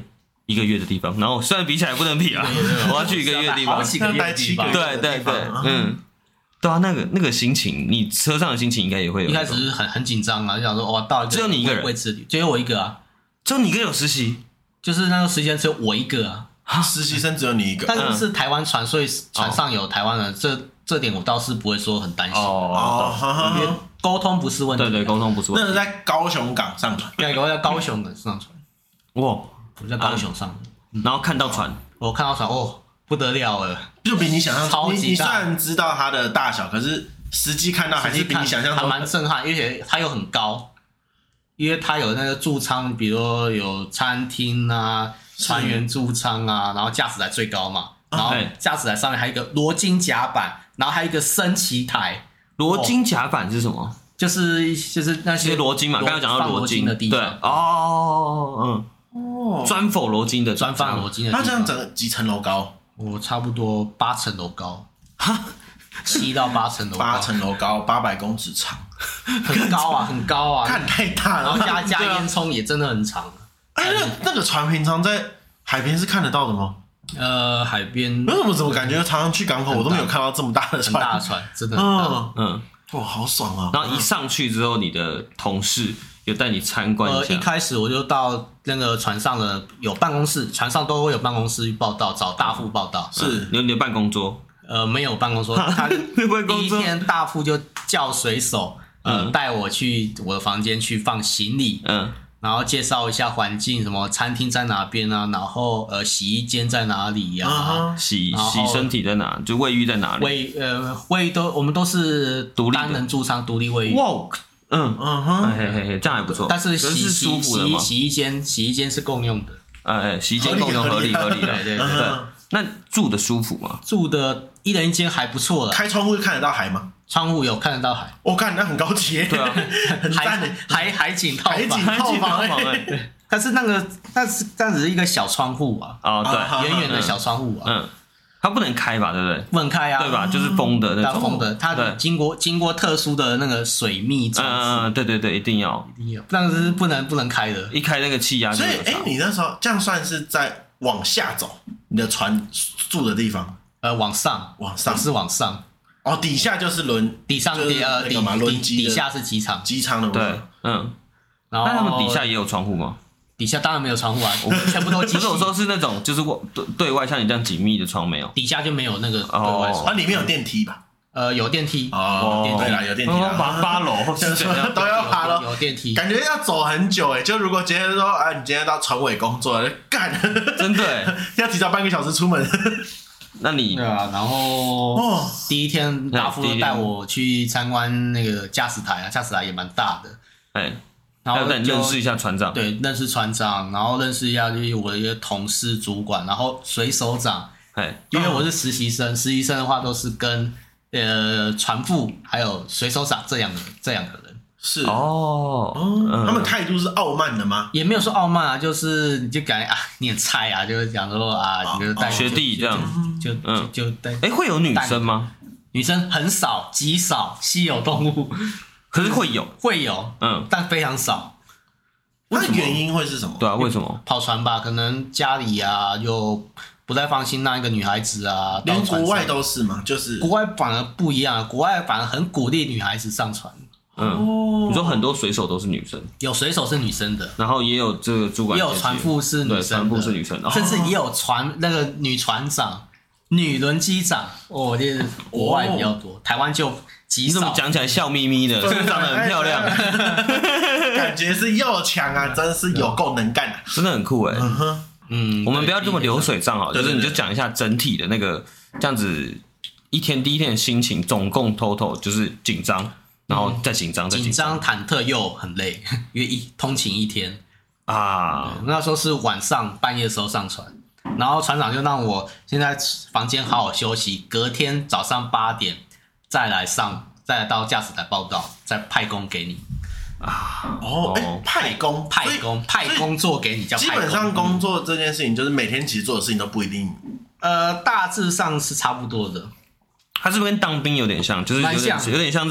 一个月的地方，然后虽然比起来不能比啊，我要去一个月的地方， 好几个月的地方， 对对对，嗯，对啊，那个那个心情，你车上的心情应该也会有。 一开始是很很紧张啊，就想说哇，到一个只有你一个人， 只有我一个啊， 只有你一个有实习， 就是那个时间只有我一个啊。 实习生只有你一个， 但是是台湾船，所以船上有台湾人，这这点我倒是不会说很担心。 哦， 因为沟通不是问题。 对对，沟通不是问题。 那是在高雄港上船， 对，我在高雄的上船。 哇， 我在高雄上， 然后看到船， 我看到船，哦，不得了了， 就比你想象超级大。 你你虽然知道它的大小，可是实际看到还是比你想象中还蛮震撼，而且它又很高，因为它有那个驻舱，比如说有餐厅啊。船员驻舱啊，然后驾驶台最高嘛，然后驾驶台上面还有一个螺筋甲板，然后还有一个升旗台。 螺筋甲板是什么？ 就是就是那些螺筋嘛，刚刚讲到螺筋的地方。 对，哦，嗯，哦，专否螺筋的， 专放螺筋的地方。 它这样整几层楼高？ 我差不多八层楼高，哈，七到八层楼高， 八层楼高，八百公尺长， 很高啊，很高啊， 看太大了。 然后加加烟囱也真的很长。 哎，那那个船平常在海边是看得到的吗？ 呃，海边为什么怎么感觉常常去港口我都没有看到这么大的船？ 很大的船，真的很大。 嗯嗯，哇，好爽啊！ 然后一上去之后，你的同事有带你参观一下。 呃，一开始我就到那个船上的有办公室，船上都会有办公室报道，找大副报道。 是， 有你的办公桌？ 呃，没有办公桌，他第一天大副就叫水手，呃，带我去我的房间去放行李。嗯。然后介绍一下环境，什么餐厅在哪边啊？然后呃，洗衣间在哪里呀、啊？ Uh-huh. 洗洗身体在哪？就卫浴在哪里？ 卫呃卫浴都我们都是独立单人驻舱独立卫浴。 哇，嗯嗯哼，嘿嘿嘿，这样还不错。 但是洗洗洗洗衣间洗衣间是共用的。 哎哎，洗衣间共用合理合理的， 对对对。 那住的舒服吗？ 住的一人一间还不错了。 开窗户看得到海吗？ 窗户有看得到海， 我、哦、看那很高级， 对啊， 很赞的海海景套房， 海景套房哎， 对，但是那个但是这样只是一个小窗户啊， 哦对， 远远的小窗户啊， 嗯，它不能开吧，对不对？ 不能开啊， 对吧？就是封的那种， 封的，它经过经过特殊的那个水密装置， 嗯，对对对，一定要， 一定要，这样是不能不能开的， 一开那个气压就所以哎、欸，你那时候这样算是在往下走，你的船住的地方， 呃，往上， 往上是往上。 哦，底下就是轮， 底上底呃底底底下是机舱， 机舱的对，嗯。 然后那他们底下也有窗户吗？ 底下当然没有窗户啊，我们全部都机器。 不是我说是那种就是对对外像你这样紧密的窗没有， 底下就没有那个对外窗。 啊，里面有电梯吧？ 呃，有电梯哦， 电梯对啦，有电梯啦， 八八楼都要爬了， 有电梯， 感觉要走很久哎。就如果今天说，哎，你今天到船尾工作，干， 真的要提早半个小时出门。 那你对啊，然后第一天大副带我去参观那个驾驶台啊，驾驶台也蛮大的， 哎， 然后认识一下船长， 对，认识船长，然后认识一下就是我的一个同事、主管，然后水手长， 哎， 因为我是实习生，实习生的话都是跟呃船副还有水手长这样的这两个人。 是哦， 他们态度是傲慢的吗？ 也没有说傲慢啊，就是你就感觉啊，你很菜啊，就是讲说啊，你就带学弟这样， 就就就带。 哎，会有女生吗？ 女生很少，极少，稀有动物。 可是会有， 会有，嗯，但非常少。 那原因会是什么？ 对啊，为什么？ 跑船吧，可能家里啊又不太放心让一个女孩子啊。 连国外都是嘛，就是国外反而不一样，国外反而很鼓励女孩子上船。 嗯，你说很多水手都是女生， 有水手是女生的， 然后也有这个主管， 也有船副是女生的， 船副是女生的， 甚至也有船那个女船长、女轮机长，哦，这是国外比较多，台湾就极少。 你怎么讲起来笑眯眯的？是不是长得很漂亮？ 感觉是又强啊，真是有够能干啊， 真的很酷哎。嗯，我们不要这么流水账好，就是你就讲一下整体的那个这样子，一天第一天的心情，总共 total 就是紧张。然后再紧张，再紧张、忐忑又很累，因为一通勤一天啊。 那时候是晚上半夜的时候上船，然后船长就让我先在房间好好休息，隔天早上八点再来上，再来到驾驶台报到，再派工给你啊。哦，哎，派工， 派工，派工作给你叫派工。 基本上工作这件事情，就是每天其实做的事情都不一定， 呃，大致上是差不多的。 它是不是跟当兵有点像？就是有点有点像这种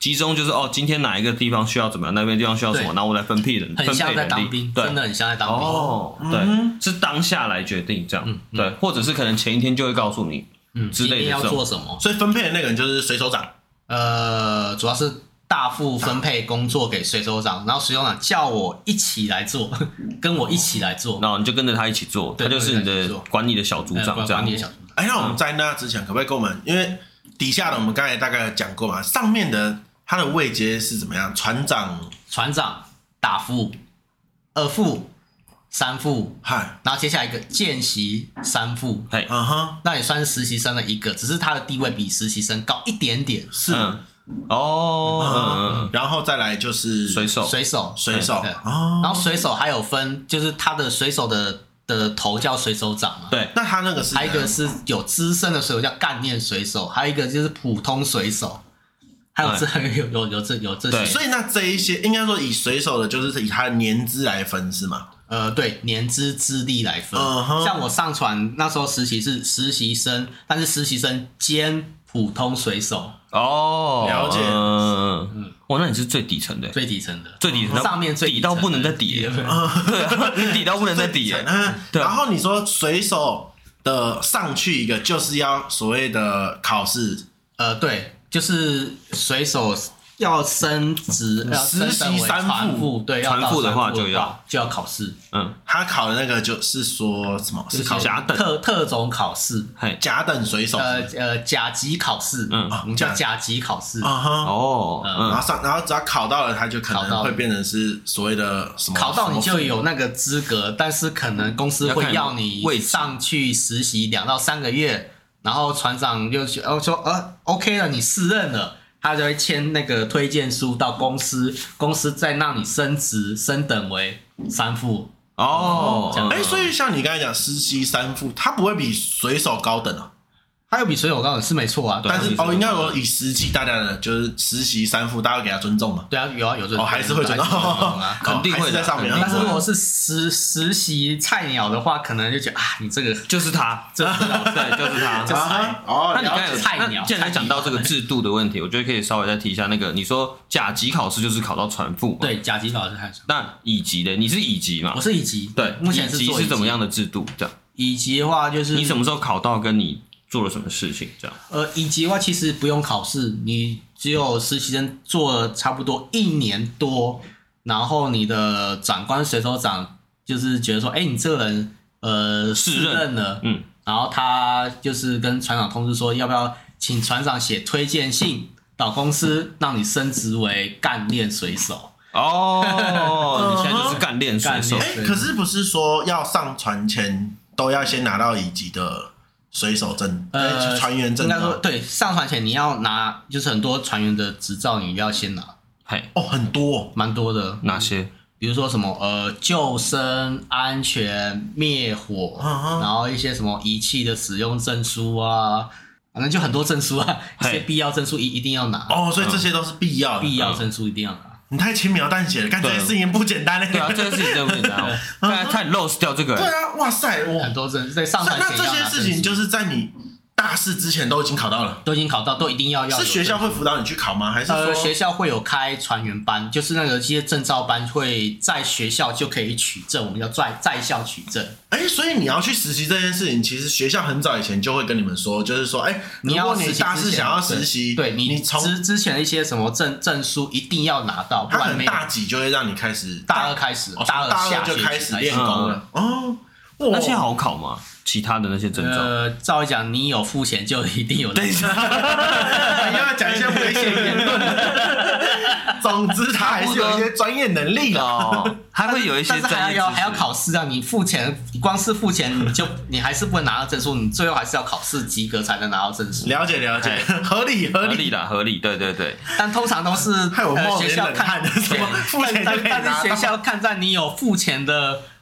集中就是哦，今天哪一个地方需要怎么样，那边地方需要什么，然后我来分配人， 很像在当兵，真的很像在当兵。 哦，对，是当下来决定这样，对，或者是可能前一天就会告诉你，嗯，之类的要做什么。 所以分配的那个人就是水手长， 呃，主要是大副分配工作给水手长，然后水手长叫我一起来做，跟我一起来做， 然后你就跟着他一起做，他就是你的管理的小组长这样。 哎，那我们在那之前可不可以跟我们，因为底下的我们刚才大概有讲过嘛，上面的他的位阶是怎么样？船长、 船长、大副、二副、三副， 嗨， 然后接下来一个见习三副， 嘿， 嗯哼， 那也算是实习生的一个，只是他的地位比实习生高一点点。 是， 嗯、哦、 嗯，然后再来就是水手， 水手， 水手， 哦，然后水手还有分，就是他的水手的的头叫水手长嘛， 对， 那他那个是， 还有一个是有资深的水手叫干练水手，还有一个就是普通水手。还有这有有有这有这些， 所以那这一些应该说以水手的，就是以他的年资来分是吗？ 呃，对，年资资历来分。 Uh-huh. 像我上船那时候实习是实习生，但是实习生兼普通水手。 哦， 了解。 嗯嗯，哇，那你是最底层的， 最底层的， 最底层， 上面最底到不能再底了。对啊，你底到不能再底了。 然后你说水手的上去一个就是要所谓的考试， 呃，对。就是水手要升职，要实习三副， 对， 船副的话就要就要考试。 嗯，他考的那个就是说什么？ 是考甲等特特种考试， 甲等水手， 呃呃甲级考试，嗯，我们叫甲级考试。 哦， 然后上，然后只要考到了，他就可能会变成是所谓的什么？ 考到你就有那个资格，但是可能公司会要你上去实习两到三个月。然后船长就说呃 OK 了，你适任了，他就会签那个推荐书到公司，公司再让你升职升等为三副。 哦， 哎，所以像你刚才讲实习三副，他不会比水手高等啊？ 他有比水手高等是没错啊， 但是哦，应该说以实际大家的就是实习三副，大家会给他尊重嘛？ 对啊，有啊有尊重， 哦，还是会尊重啊， 肯定会在上面。 但是如果是实实习菜鸟的话，可能就觉得啊，你这个就是他， 这对，就是他， 就是哦。 那你刚才有菜鸟， 既然讲到这个制度的问题，我觉得可以稍微再提一下那个，你说甲级考试就是考到船副， 对，甲级考试还是。 那乙级的，你是乙级嘛？ 我是乙级， 对， 目前是乙级是怎么样的制度？这样， 乙级的话就是你什么时候考到，跟你做了什么事情？这样， 呃，乙级的话其实不用考试，你只有实习生做了差不多一年多，然后你的长官水手长就是觉得说，哎，你这个人呃适任了，嗯，然后他就是跟船长通知说，要不要请船长写推荐信到公司，让你升职为干练水手。 哦，你现在就是干练水手。 哎，可是不是说要上船前都要先拿到乙级的水手证，呃，船员证。 应该说，对，上船前你要拿，就是很多船员的执照，你要先拿。 嘿， 哦，很多， 蛮多的。 哪些？ 比如说什么呃，救生、安全、灭火， 嗯、 然后一些什么仪器的使用证书啊，反正就很多证书啊，一些必要证书一一定要拿。 哦，所以这些都是必要的， 必要证书一定要拿。 你太轻描淡写了，干这件事情不简单嘞。 对啊，这件事情真的不简单哦。刚才太 lose 掉这个。 对啊，哇塞，哇， 很多证在上船前那这些事情就是在你大四之前都已经考到了， 都已经考到，都一定要要。 是学校会辅导你去考吗？还是说、 呃、学校会有开船员班，就是那个一些证照班会在学校就可以取证，我们叫在在校取证。 哎、欸，所以你要去实习这件事情，其实学校很早以前就会跟你们说，就是说，哎、欸， 你要你大四想要实习， 对你你从之之前的一些什么证证书一定要拿到，不然没大几就会让你开始大二开始， 哦、 大二下就开始练功了、嗯、哦。 那些好考吗？其他的那些证照？ 呃，照理讲，你有付钱就一定有。 等一下，你要讲一些危险言论。总之，他还是有一些专业能力的哦，还会有一些专业知识。 但是还要还要考试啊！你付钱，你光是付钱，你就你还是不能拿到证书，你最后还是要考试及格才能拿到证书。 了解了解，合理合理合理啦，合理，对对对。 但通常都是害我冒学校看的什么付钱就可以拿到， 但是学校看在你有付钱的。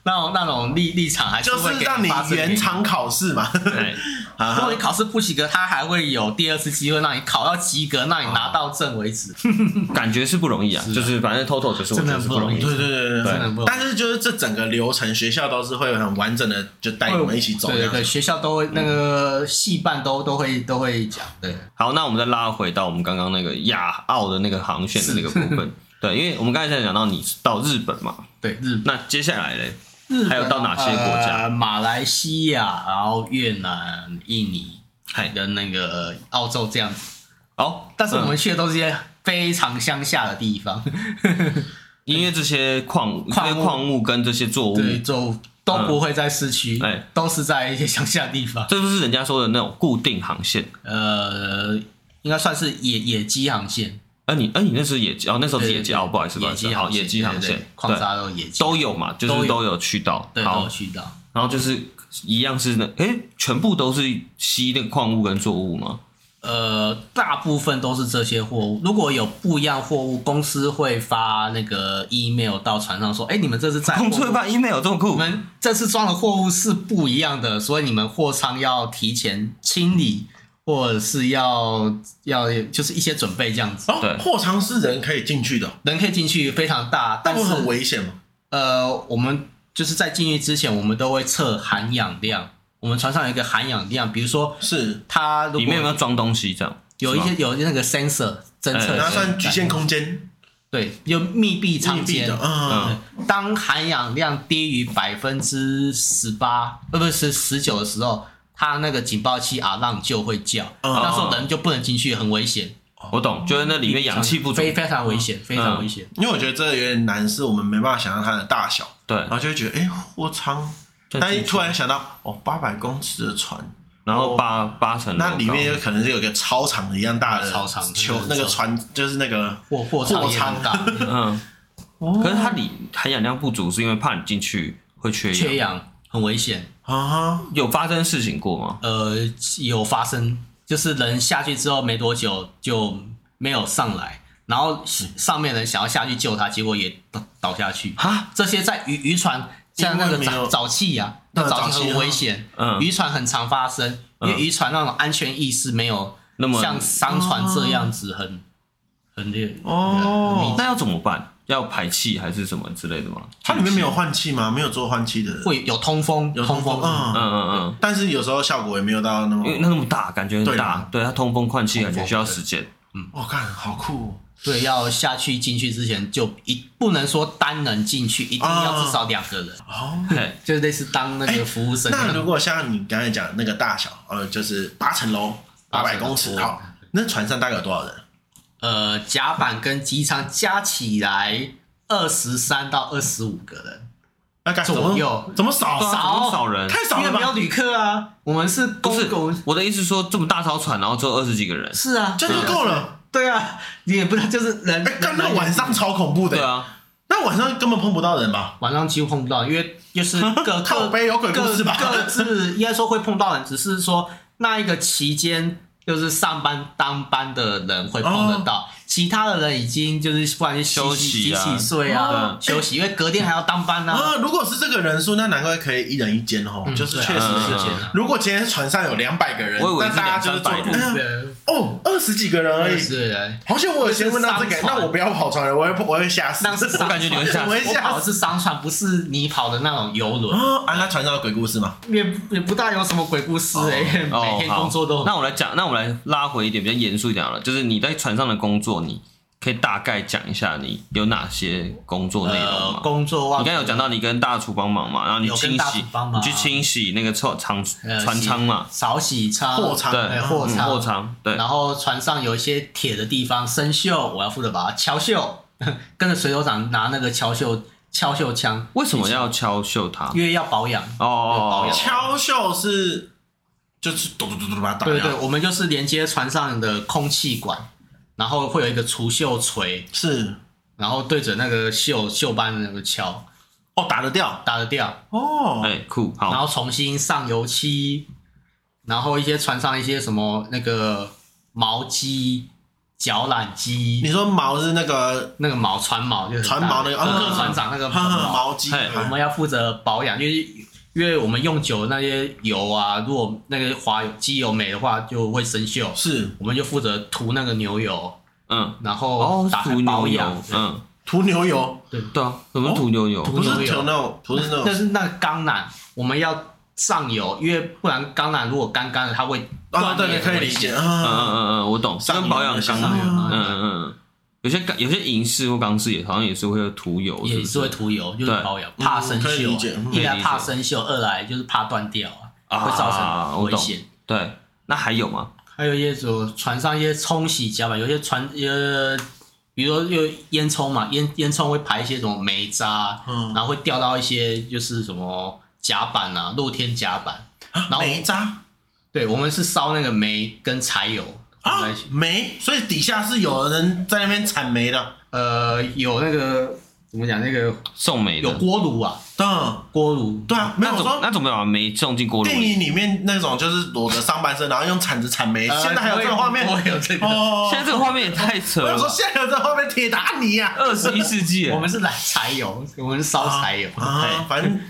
那种那种立立场还是会就是让你原厂考试嘛。 对， 如果你考试不及格，他还会有第二次机会让你考到及格，让你拿到证为止。 感觉是不容易啊，就是反正 total 就是我觉得是不容易。 对对对对， 真的不容易。 但是就是这整个流程，学校都是会很完整的，就带你们一起走。 对对对，学校都会那个系办都都会都会讲。对， 好，那我们再拉回到我们刚刚那个亚澳的那个航线的那个部分。对，因为我们刚才在讲到你到日本嘛， 对日本， 那接下来嘞？ 日本还有到哪些国家？ 呃、马来西亚，然后越南、印尼，跟那个澳洲这样子。 哦， 但是我们去的都是一些非常乡下的地方， 因为这些矿、这些矿物跟这些作物， 对作物都不会在市区，嗯欸、都是在一些乡下地方。 这就是人家说的那种固定航线， 呃，应该算是野野鸡航线。 啊你，啊你那是野鸡哦，那时候是野鸡哦，不好意思，不好意思，好，野鸡航线， 矿砂都野鸡都有嘛，就是都有去到， 对，都有去到。 然后就是一样是那，哎，全部都是吸那个矿物跟作物吗？ 呃，大部分都是这些货物。如果有不一样货物，公司会发那个 email 到船上说，哎，你们这次载公司会发 email 这么酷？ 你们这次装的货物是不一样的，所以你们货仓要提前清理。或者是要要就是一些准备这样子。 哦，货仓是人可以进去的， 人可以进去非常大，但是很危险吗？ 呃，我们就是在进去之前，我们都会测含氧量。我们船上有一个含氧量，比如说是它里面有没有装东西这样？ 有一些有那个 sensor 侦测， 它算局限空间。 对，就密闭舱间。 嗯， 当含氧量低于百分之十八，呃，不是十九的时候。它那个警报器啊，浪就会叫，嗯、那时候人就不能进去，很危险。 我懂，就是那里面氧气不足， 非非常危险，非常危险。 因为我觉得这有点难，是我们没办法想象它的大小， 对， 然后就会觉得，哎、欸，货舱，但一突然想到，哦，八百公尺的船， 然后八八层， 那里面有可能是有个操场一样大的操场球，那个船就是那个货货舱大， 嗯，可是它里含氧量不足，是因为怕你进去会缺氧， 缺氧很危险。 啊， 有发生事情过吗？ 呃，有发生，就是人下去之后没多久就没有上来，然后上面人想要下去救他，结果也倒下去。 哈， 这些在渔渔船像那个沼沼气呀，那沼气很危险，嗯，渔船很常发生，因为渔船那种安全意识没有那么像商船这样子很很烈哦。 那要怎么办？要排气还是什么之类的吗？ 它里面没有换气吗？没有做换气的？ 会有通风， 有通风， 嗯嗯嗯嗯。 但是有时候效果也没有到那么， 因为那么大，感觉很大。对，它通风换气感觉需要时间。 嗯，我看好酷。 对，要下去进去之前就一不能说单人进去，一定要至少两个人。哦，就是类似当那个服务生。 那如果像你刚才讲那个大小，呃，就是八层楼，八百公尺，好，那船上大概有多少人？ 呃，甲板跟机舱加起来二十三到二十五个人， 那左右， 怎么少少少人？ 太少了吧？ 因为没有旅客啊。我们是公共，我的意思说这么大艘船，然后只有二十几个人， 是啊， 这就够了。 对啊，你也不知道，就是人。 哎，刚刚晚上超恐怖的。 对啊， 那晚上根本碰不到人吧？ 晚上几乎碰不到，因为就是各靠北有鬼故事吧？ 各自应该说会碰到人，只是说那一个期间。就是上班当班的人会碰得到，哦、其他的人已经就是不然就休息啊、洗洗睡啊、哦、休息，因为隔天还要当班呢、啊。 啊，如果是这个人数，那难怪可以一人一间哦，嗯、就是确实是。嗯、如果今天船上有两百个人， 我以为是大家就是坐哦，二十几个人而已。 是， 好像我有先问到这个，那我不要跑船了，我会我会吓死。 我感觉你会吓死。 我跑的是商船，不是你跑的那种游轮。 啊，那船上有鬼故事吗？ 也也不大有什么鬼故事哎，每天工作都。 那我来讲，那我来拉回一点比较严肃一点好了，就是你在船上的工作，你可以大概讲一下你有哪些工作内容吗？ 呃、工作你刚才有讲到你跟大厨帮忙嘛，然后你清洗，你去清洗那个船舱船舱嘛， 扫洗舱、 货舱， 对， 货舱、 货舱，对。 然后船上有一些铁的地方生锈，我要负责把它敲锈，跟着水手长拿那个敲锈敲锈枪。 为什么要敲锈它？ 因为要保养哦，敲锈是。就是嘟嘟嘟嘟把它打掉。 对对，我们就是连接船上的空气管，然后会有一个除锈锤， 是， 然后对着那个锈锈斑的那个敲， 哦，打得掉， 打得掉， 哦， 哎，酷，好， 然后重新上油漆，然后一些船上一些什么那个毛机、 绞缆机。 你说锚是那个那个锚船锚，就是船锚那个各船长那个锚机， 我们要负责保养，就是因为我们用久那些油啊，如果那个滑机油没的话，就会生锈。 是， 我们就负责涂那个牛油， 嗯， 然后打开保养， 嗯， 涂牛油， 对对啊，什么涂牛油？ 不是涂那种，不是那种， 那是那个钢缆，我们要上油，因为不然钢缆如果干干的，它会断裂， 可以理解。 嗯嗯嗯嗯，我懂，跟保养钢缆，嗯嗯嗯，有些有些银饰或钢饰也好像也是会涂油， 也是会涂油，就是保养，怕生锈，一来怕生锈，二来就是怕断掉啊，会造成危险。 对，那还有吗？ 还有一些说船上一些冲洗甲板，有些船呃，比如说有烟囱嘛，烟烟囱会排一些什么煤渣，然后会掉到一些就是什么甲板啊，露天甲板，然后煤渣。 对，我们是烧那个煤跟柴油啊，煤，所以底下是有人在那边产煤的。 呃，有那个怎么讲？那个送煤的有锅炉啊， 嗯， 锅炉。 对啊，没有说那怎么把煤送进锅炉？ 电影里面那种就是裸着上半身，然后用铲子铲煤。 呃、 现在还有这个画面？ 我有这个。 哦， 现在这个画面也太扯了。 我说现在有这个画面，铁达尼啊， 二十一世纪。 我们是来柴油，我们是烧柴油。 啊，反正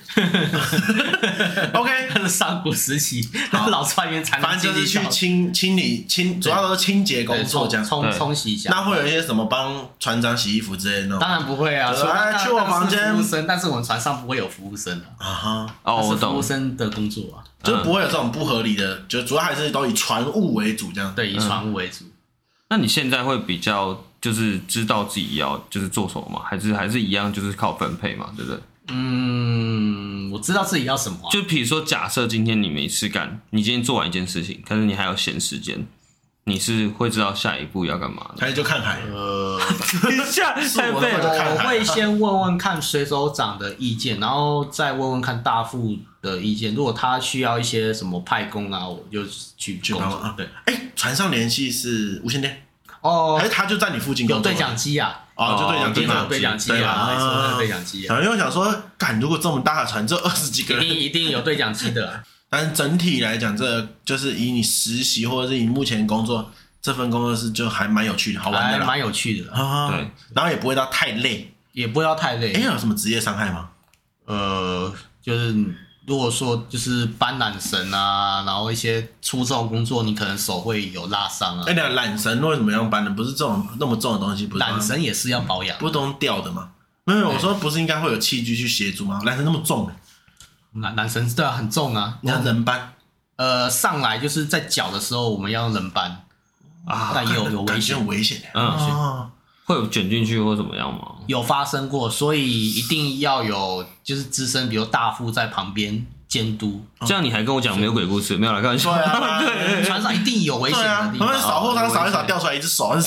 OK， 那是上古时期，然后老船员才能反正就是去清清理清，主要都是清洁工作这样， 冲冲洗一下。 那会有一些什么帮船长洗衣服之类的那种？ 当然不会啊， 来去我房间。 服务生，但是我们船上不会有服务生的啊哈。 哦，我懂。 服务生的工作啊， 就不会有这种不合理的，就主要还是都以船务为主这样。 对，以船务为主。 那你现在会比较就是知道自己要就是做什么吗？还是还是一样就是靠分配嘛，对不对？ 嗯，我知道自己要什么、啊。 就比如说，假设今天你没事干，你今天做完一件事情，可是你还有闲时间，你是会知道下一步要干嘛的？ 还是就看海？ 呃， 下太废了。 我会先问问看水手长的意见，然后再问问看大副的意见。如果他需要一些什么派工啊，我就去去工作。对， 哎、欸，船上联系是无线电哦， 还是他就在你附近工作？ 有对讲机啊。 哦，就对讲机嘛， 有对讲机啊，没错，有对讲机啊。 因为我想说，干如果这么大的船，只有二十几个人， 一定一定有对讲机的、啊。 但是整体来讲，这就是以你实习或者是你目前工作这份工作是就还蛮有趣的，好玩的啦， 蛮有趣的。 啊，对，然后也不会到太累， 也不会到太累。 哎、欸，有什么职业伤害吗？ 呃，就是如果说就是搬缆绳啊，然后一些粗重工作，你可能手会有拉伤啊。 哎、欸，那缆绳为什么要搬呢？不是这种那么重的东西，不是缆绳也是要保养， 不是都用吊的吗？没有，我说不是应该会有器具去协助吗？缆绳那么重、欸， 缆缆绳对啊，很重啊， 你要人搬。 呃，上来就是在脚的时候，我们要人搬啊，但也有有危险， 危险， 嗯，哦、会有卷进去或怎么样吗？ 有发生过，所以一定要有就是资深，比如大副在旁边监督。 这样你还跟我讲没有鬼故事？没有啦，开玩笑。 对啊， 对，船上一定有危险的地方。 他们扫后舱扫一扫，掉出来一只手。哦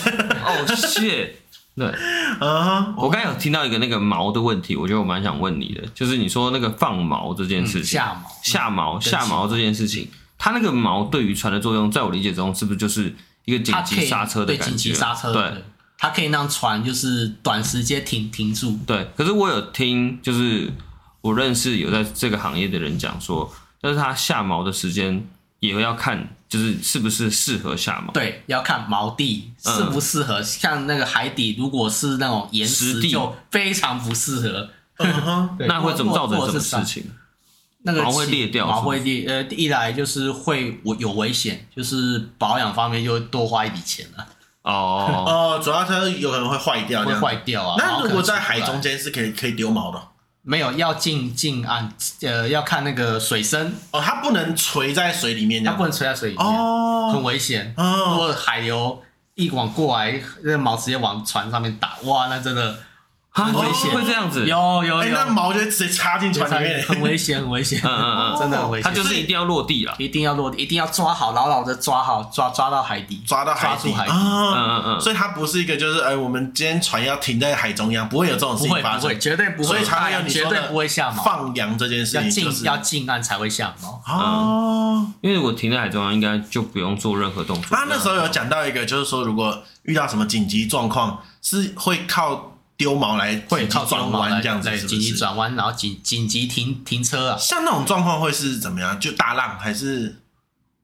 ，shit。对，嗯，我刚才有听到一个那个锚的问题，我觉得我蛮想问你的，就是你说那个放锚这件事情， 下锚、下锚、下锚这件事情，它那个锚对于船的作用，在我理解中，是不是就是一个紧急刹车的感觉？ 对，紧急刹车， 对， 它可以让船就是短时间停停住。 对，可是我有听，就是我认识有在这个行业的人讲说，但是它下锚的时间也要看。就是是不是适合下锚？ 对，要看锚地适不适合。嗯、像那个海底，如果是那种岩石，就非常不适合。 嗯、 那会怎么造成什么事情？ 那个锚会裂掉， 锚会裂。呃，一来就是会有危险，就是保养方面就会多花一笔钱了。 哦哦，主要它有可能会坏掉， 会坏掉啊。 那如果在海中间是可以可以丢锚的？ 没有，要进进岸，呃，要看那个水深哦，它不能垂在水里面， 它不能垂在水里面， 哦， 很危险。 哦， 如果海流一往过来，那个锚直接往船上面打，哇，那真的很危险， 会这样子。 有有有， 欸、那锚就会直接插进船里面， 很危险，很危险， 嗯嗯嗯， 真的很危险。 它就是一定要落地了， 一定要落地，一定要抓好，牢牢的抓好，抓抓到海底， 抓到海底， 抓住海底。 啊、 嗯嗯嗯， 所以它不是一个就是哎、呃，我们今天船要停在海中央，不会有这种事情发生， 不会，绝对不会， 所以才会有你绝对不会下锚。 放羊这件事情、就是， 要进岸才会下锚。 哦、 嗯，因为如果停在海中央，应该就不用做任何动作。 他那时候有讲到一个，就是说如果遇到什么紧急状况，是会靠。丢锚来会靠转弯这样子， 紧急转弯，然后紧紧急停停车啊。 像那种状况会是怎么样？就大浪还是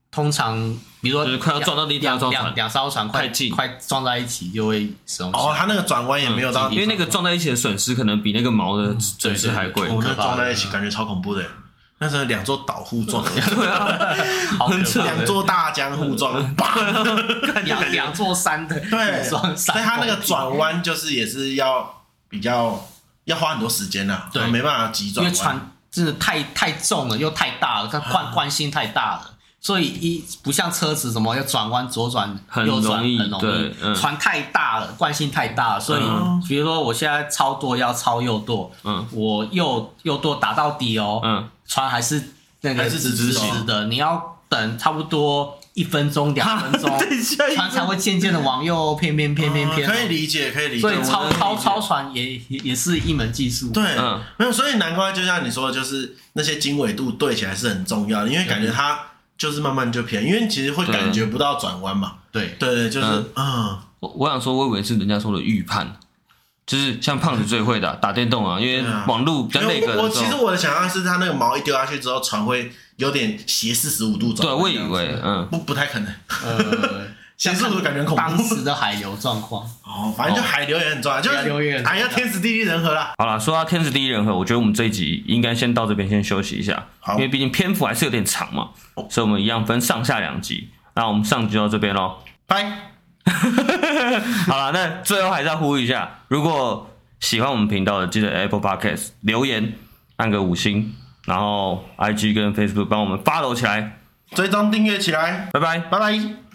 通常比如说就是快要撞到另一条两两两艘船快近快撞在一起就会使用。 哦，它那个转弯也没有到、 嗯，因为那个撞在一起的损失可能比那个锚的损失还贵。 我、嗯、那撞在一起感觉超恐怖的。那是两座岛互撞，对啊， 很扯， 两座大江互撞， 两两座山的对，所以它那个转弯就是也是要比较要花很多时间啦，对，没办法急转弯， 因为船真的太太重了，又太大了，它惯惯性太大了。所以一不像车子什么要转弯左转右转很容易，嗯、船太大了，惯性太大了，所以、嗯、比如说我现在超舵要超右舵，嗯，我右右舵打到底哦，嗯，船还是那个直直的，你要等差不多一分钟两分钟，船才会渐渐的往右偏偏偏偏偏、 嗯，可以理解可以理解， 所以超超超船也也也是一门技术， 对，嗯，没有，所以难怪就像你说的，就是那些经纬度对起来是很重要的，因为感觉它。就是慢慢就偏，因为其实会感觉不到转弯嘛。 对对对，就是嗯，嗯我我想说，我以为是人家说的预判，就是像胖子最会的、啊、打电动啊，因为网路比较那个。 我其实我的想象是，他那个锚一丢下去之后，船会有点斜四十五度转。 对，我以为嗯， 不不太可能。呃。斜四十度感觉很恐怖。 当时的海流状况哦，反正就海流也很重要，就是哎呀，天时地利人和啦。 好啦，说到天时地利人和，我觉得我们这一集应该先到这边先休息一下，因为毕竟篇幅还是有点长嘛，所以我们一样分上下两集。那我们上集就到这边咯， 拜。 好啦，那最后还是要呼吁一下，如果喜欢我们频道的，记得 Apple Podcast 留言按个五星，然后 I G 跟 Facebook 帮我们 follow 起来， 追踪订阅起来， 拜拜， 拜拜。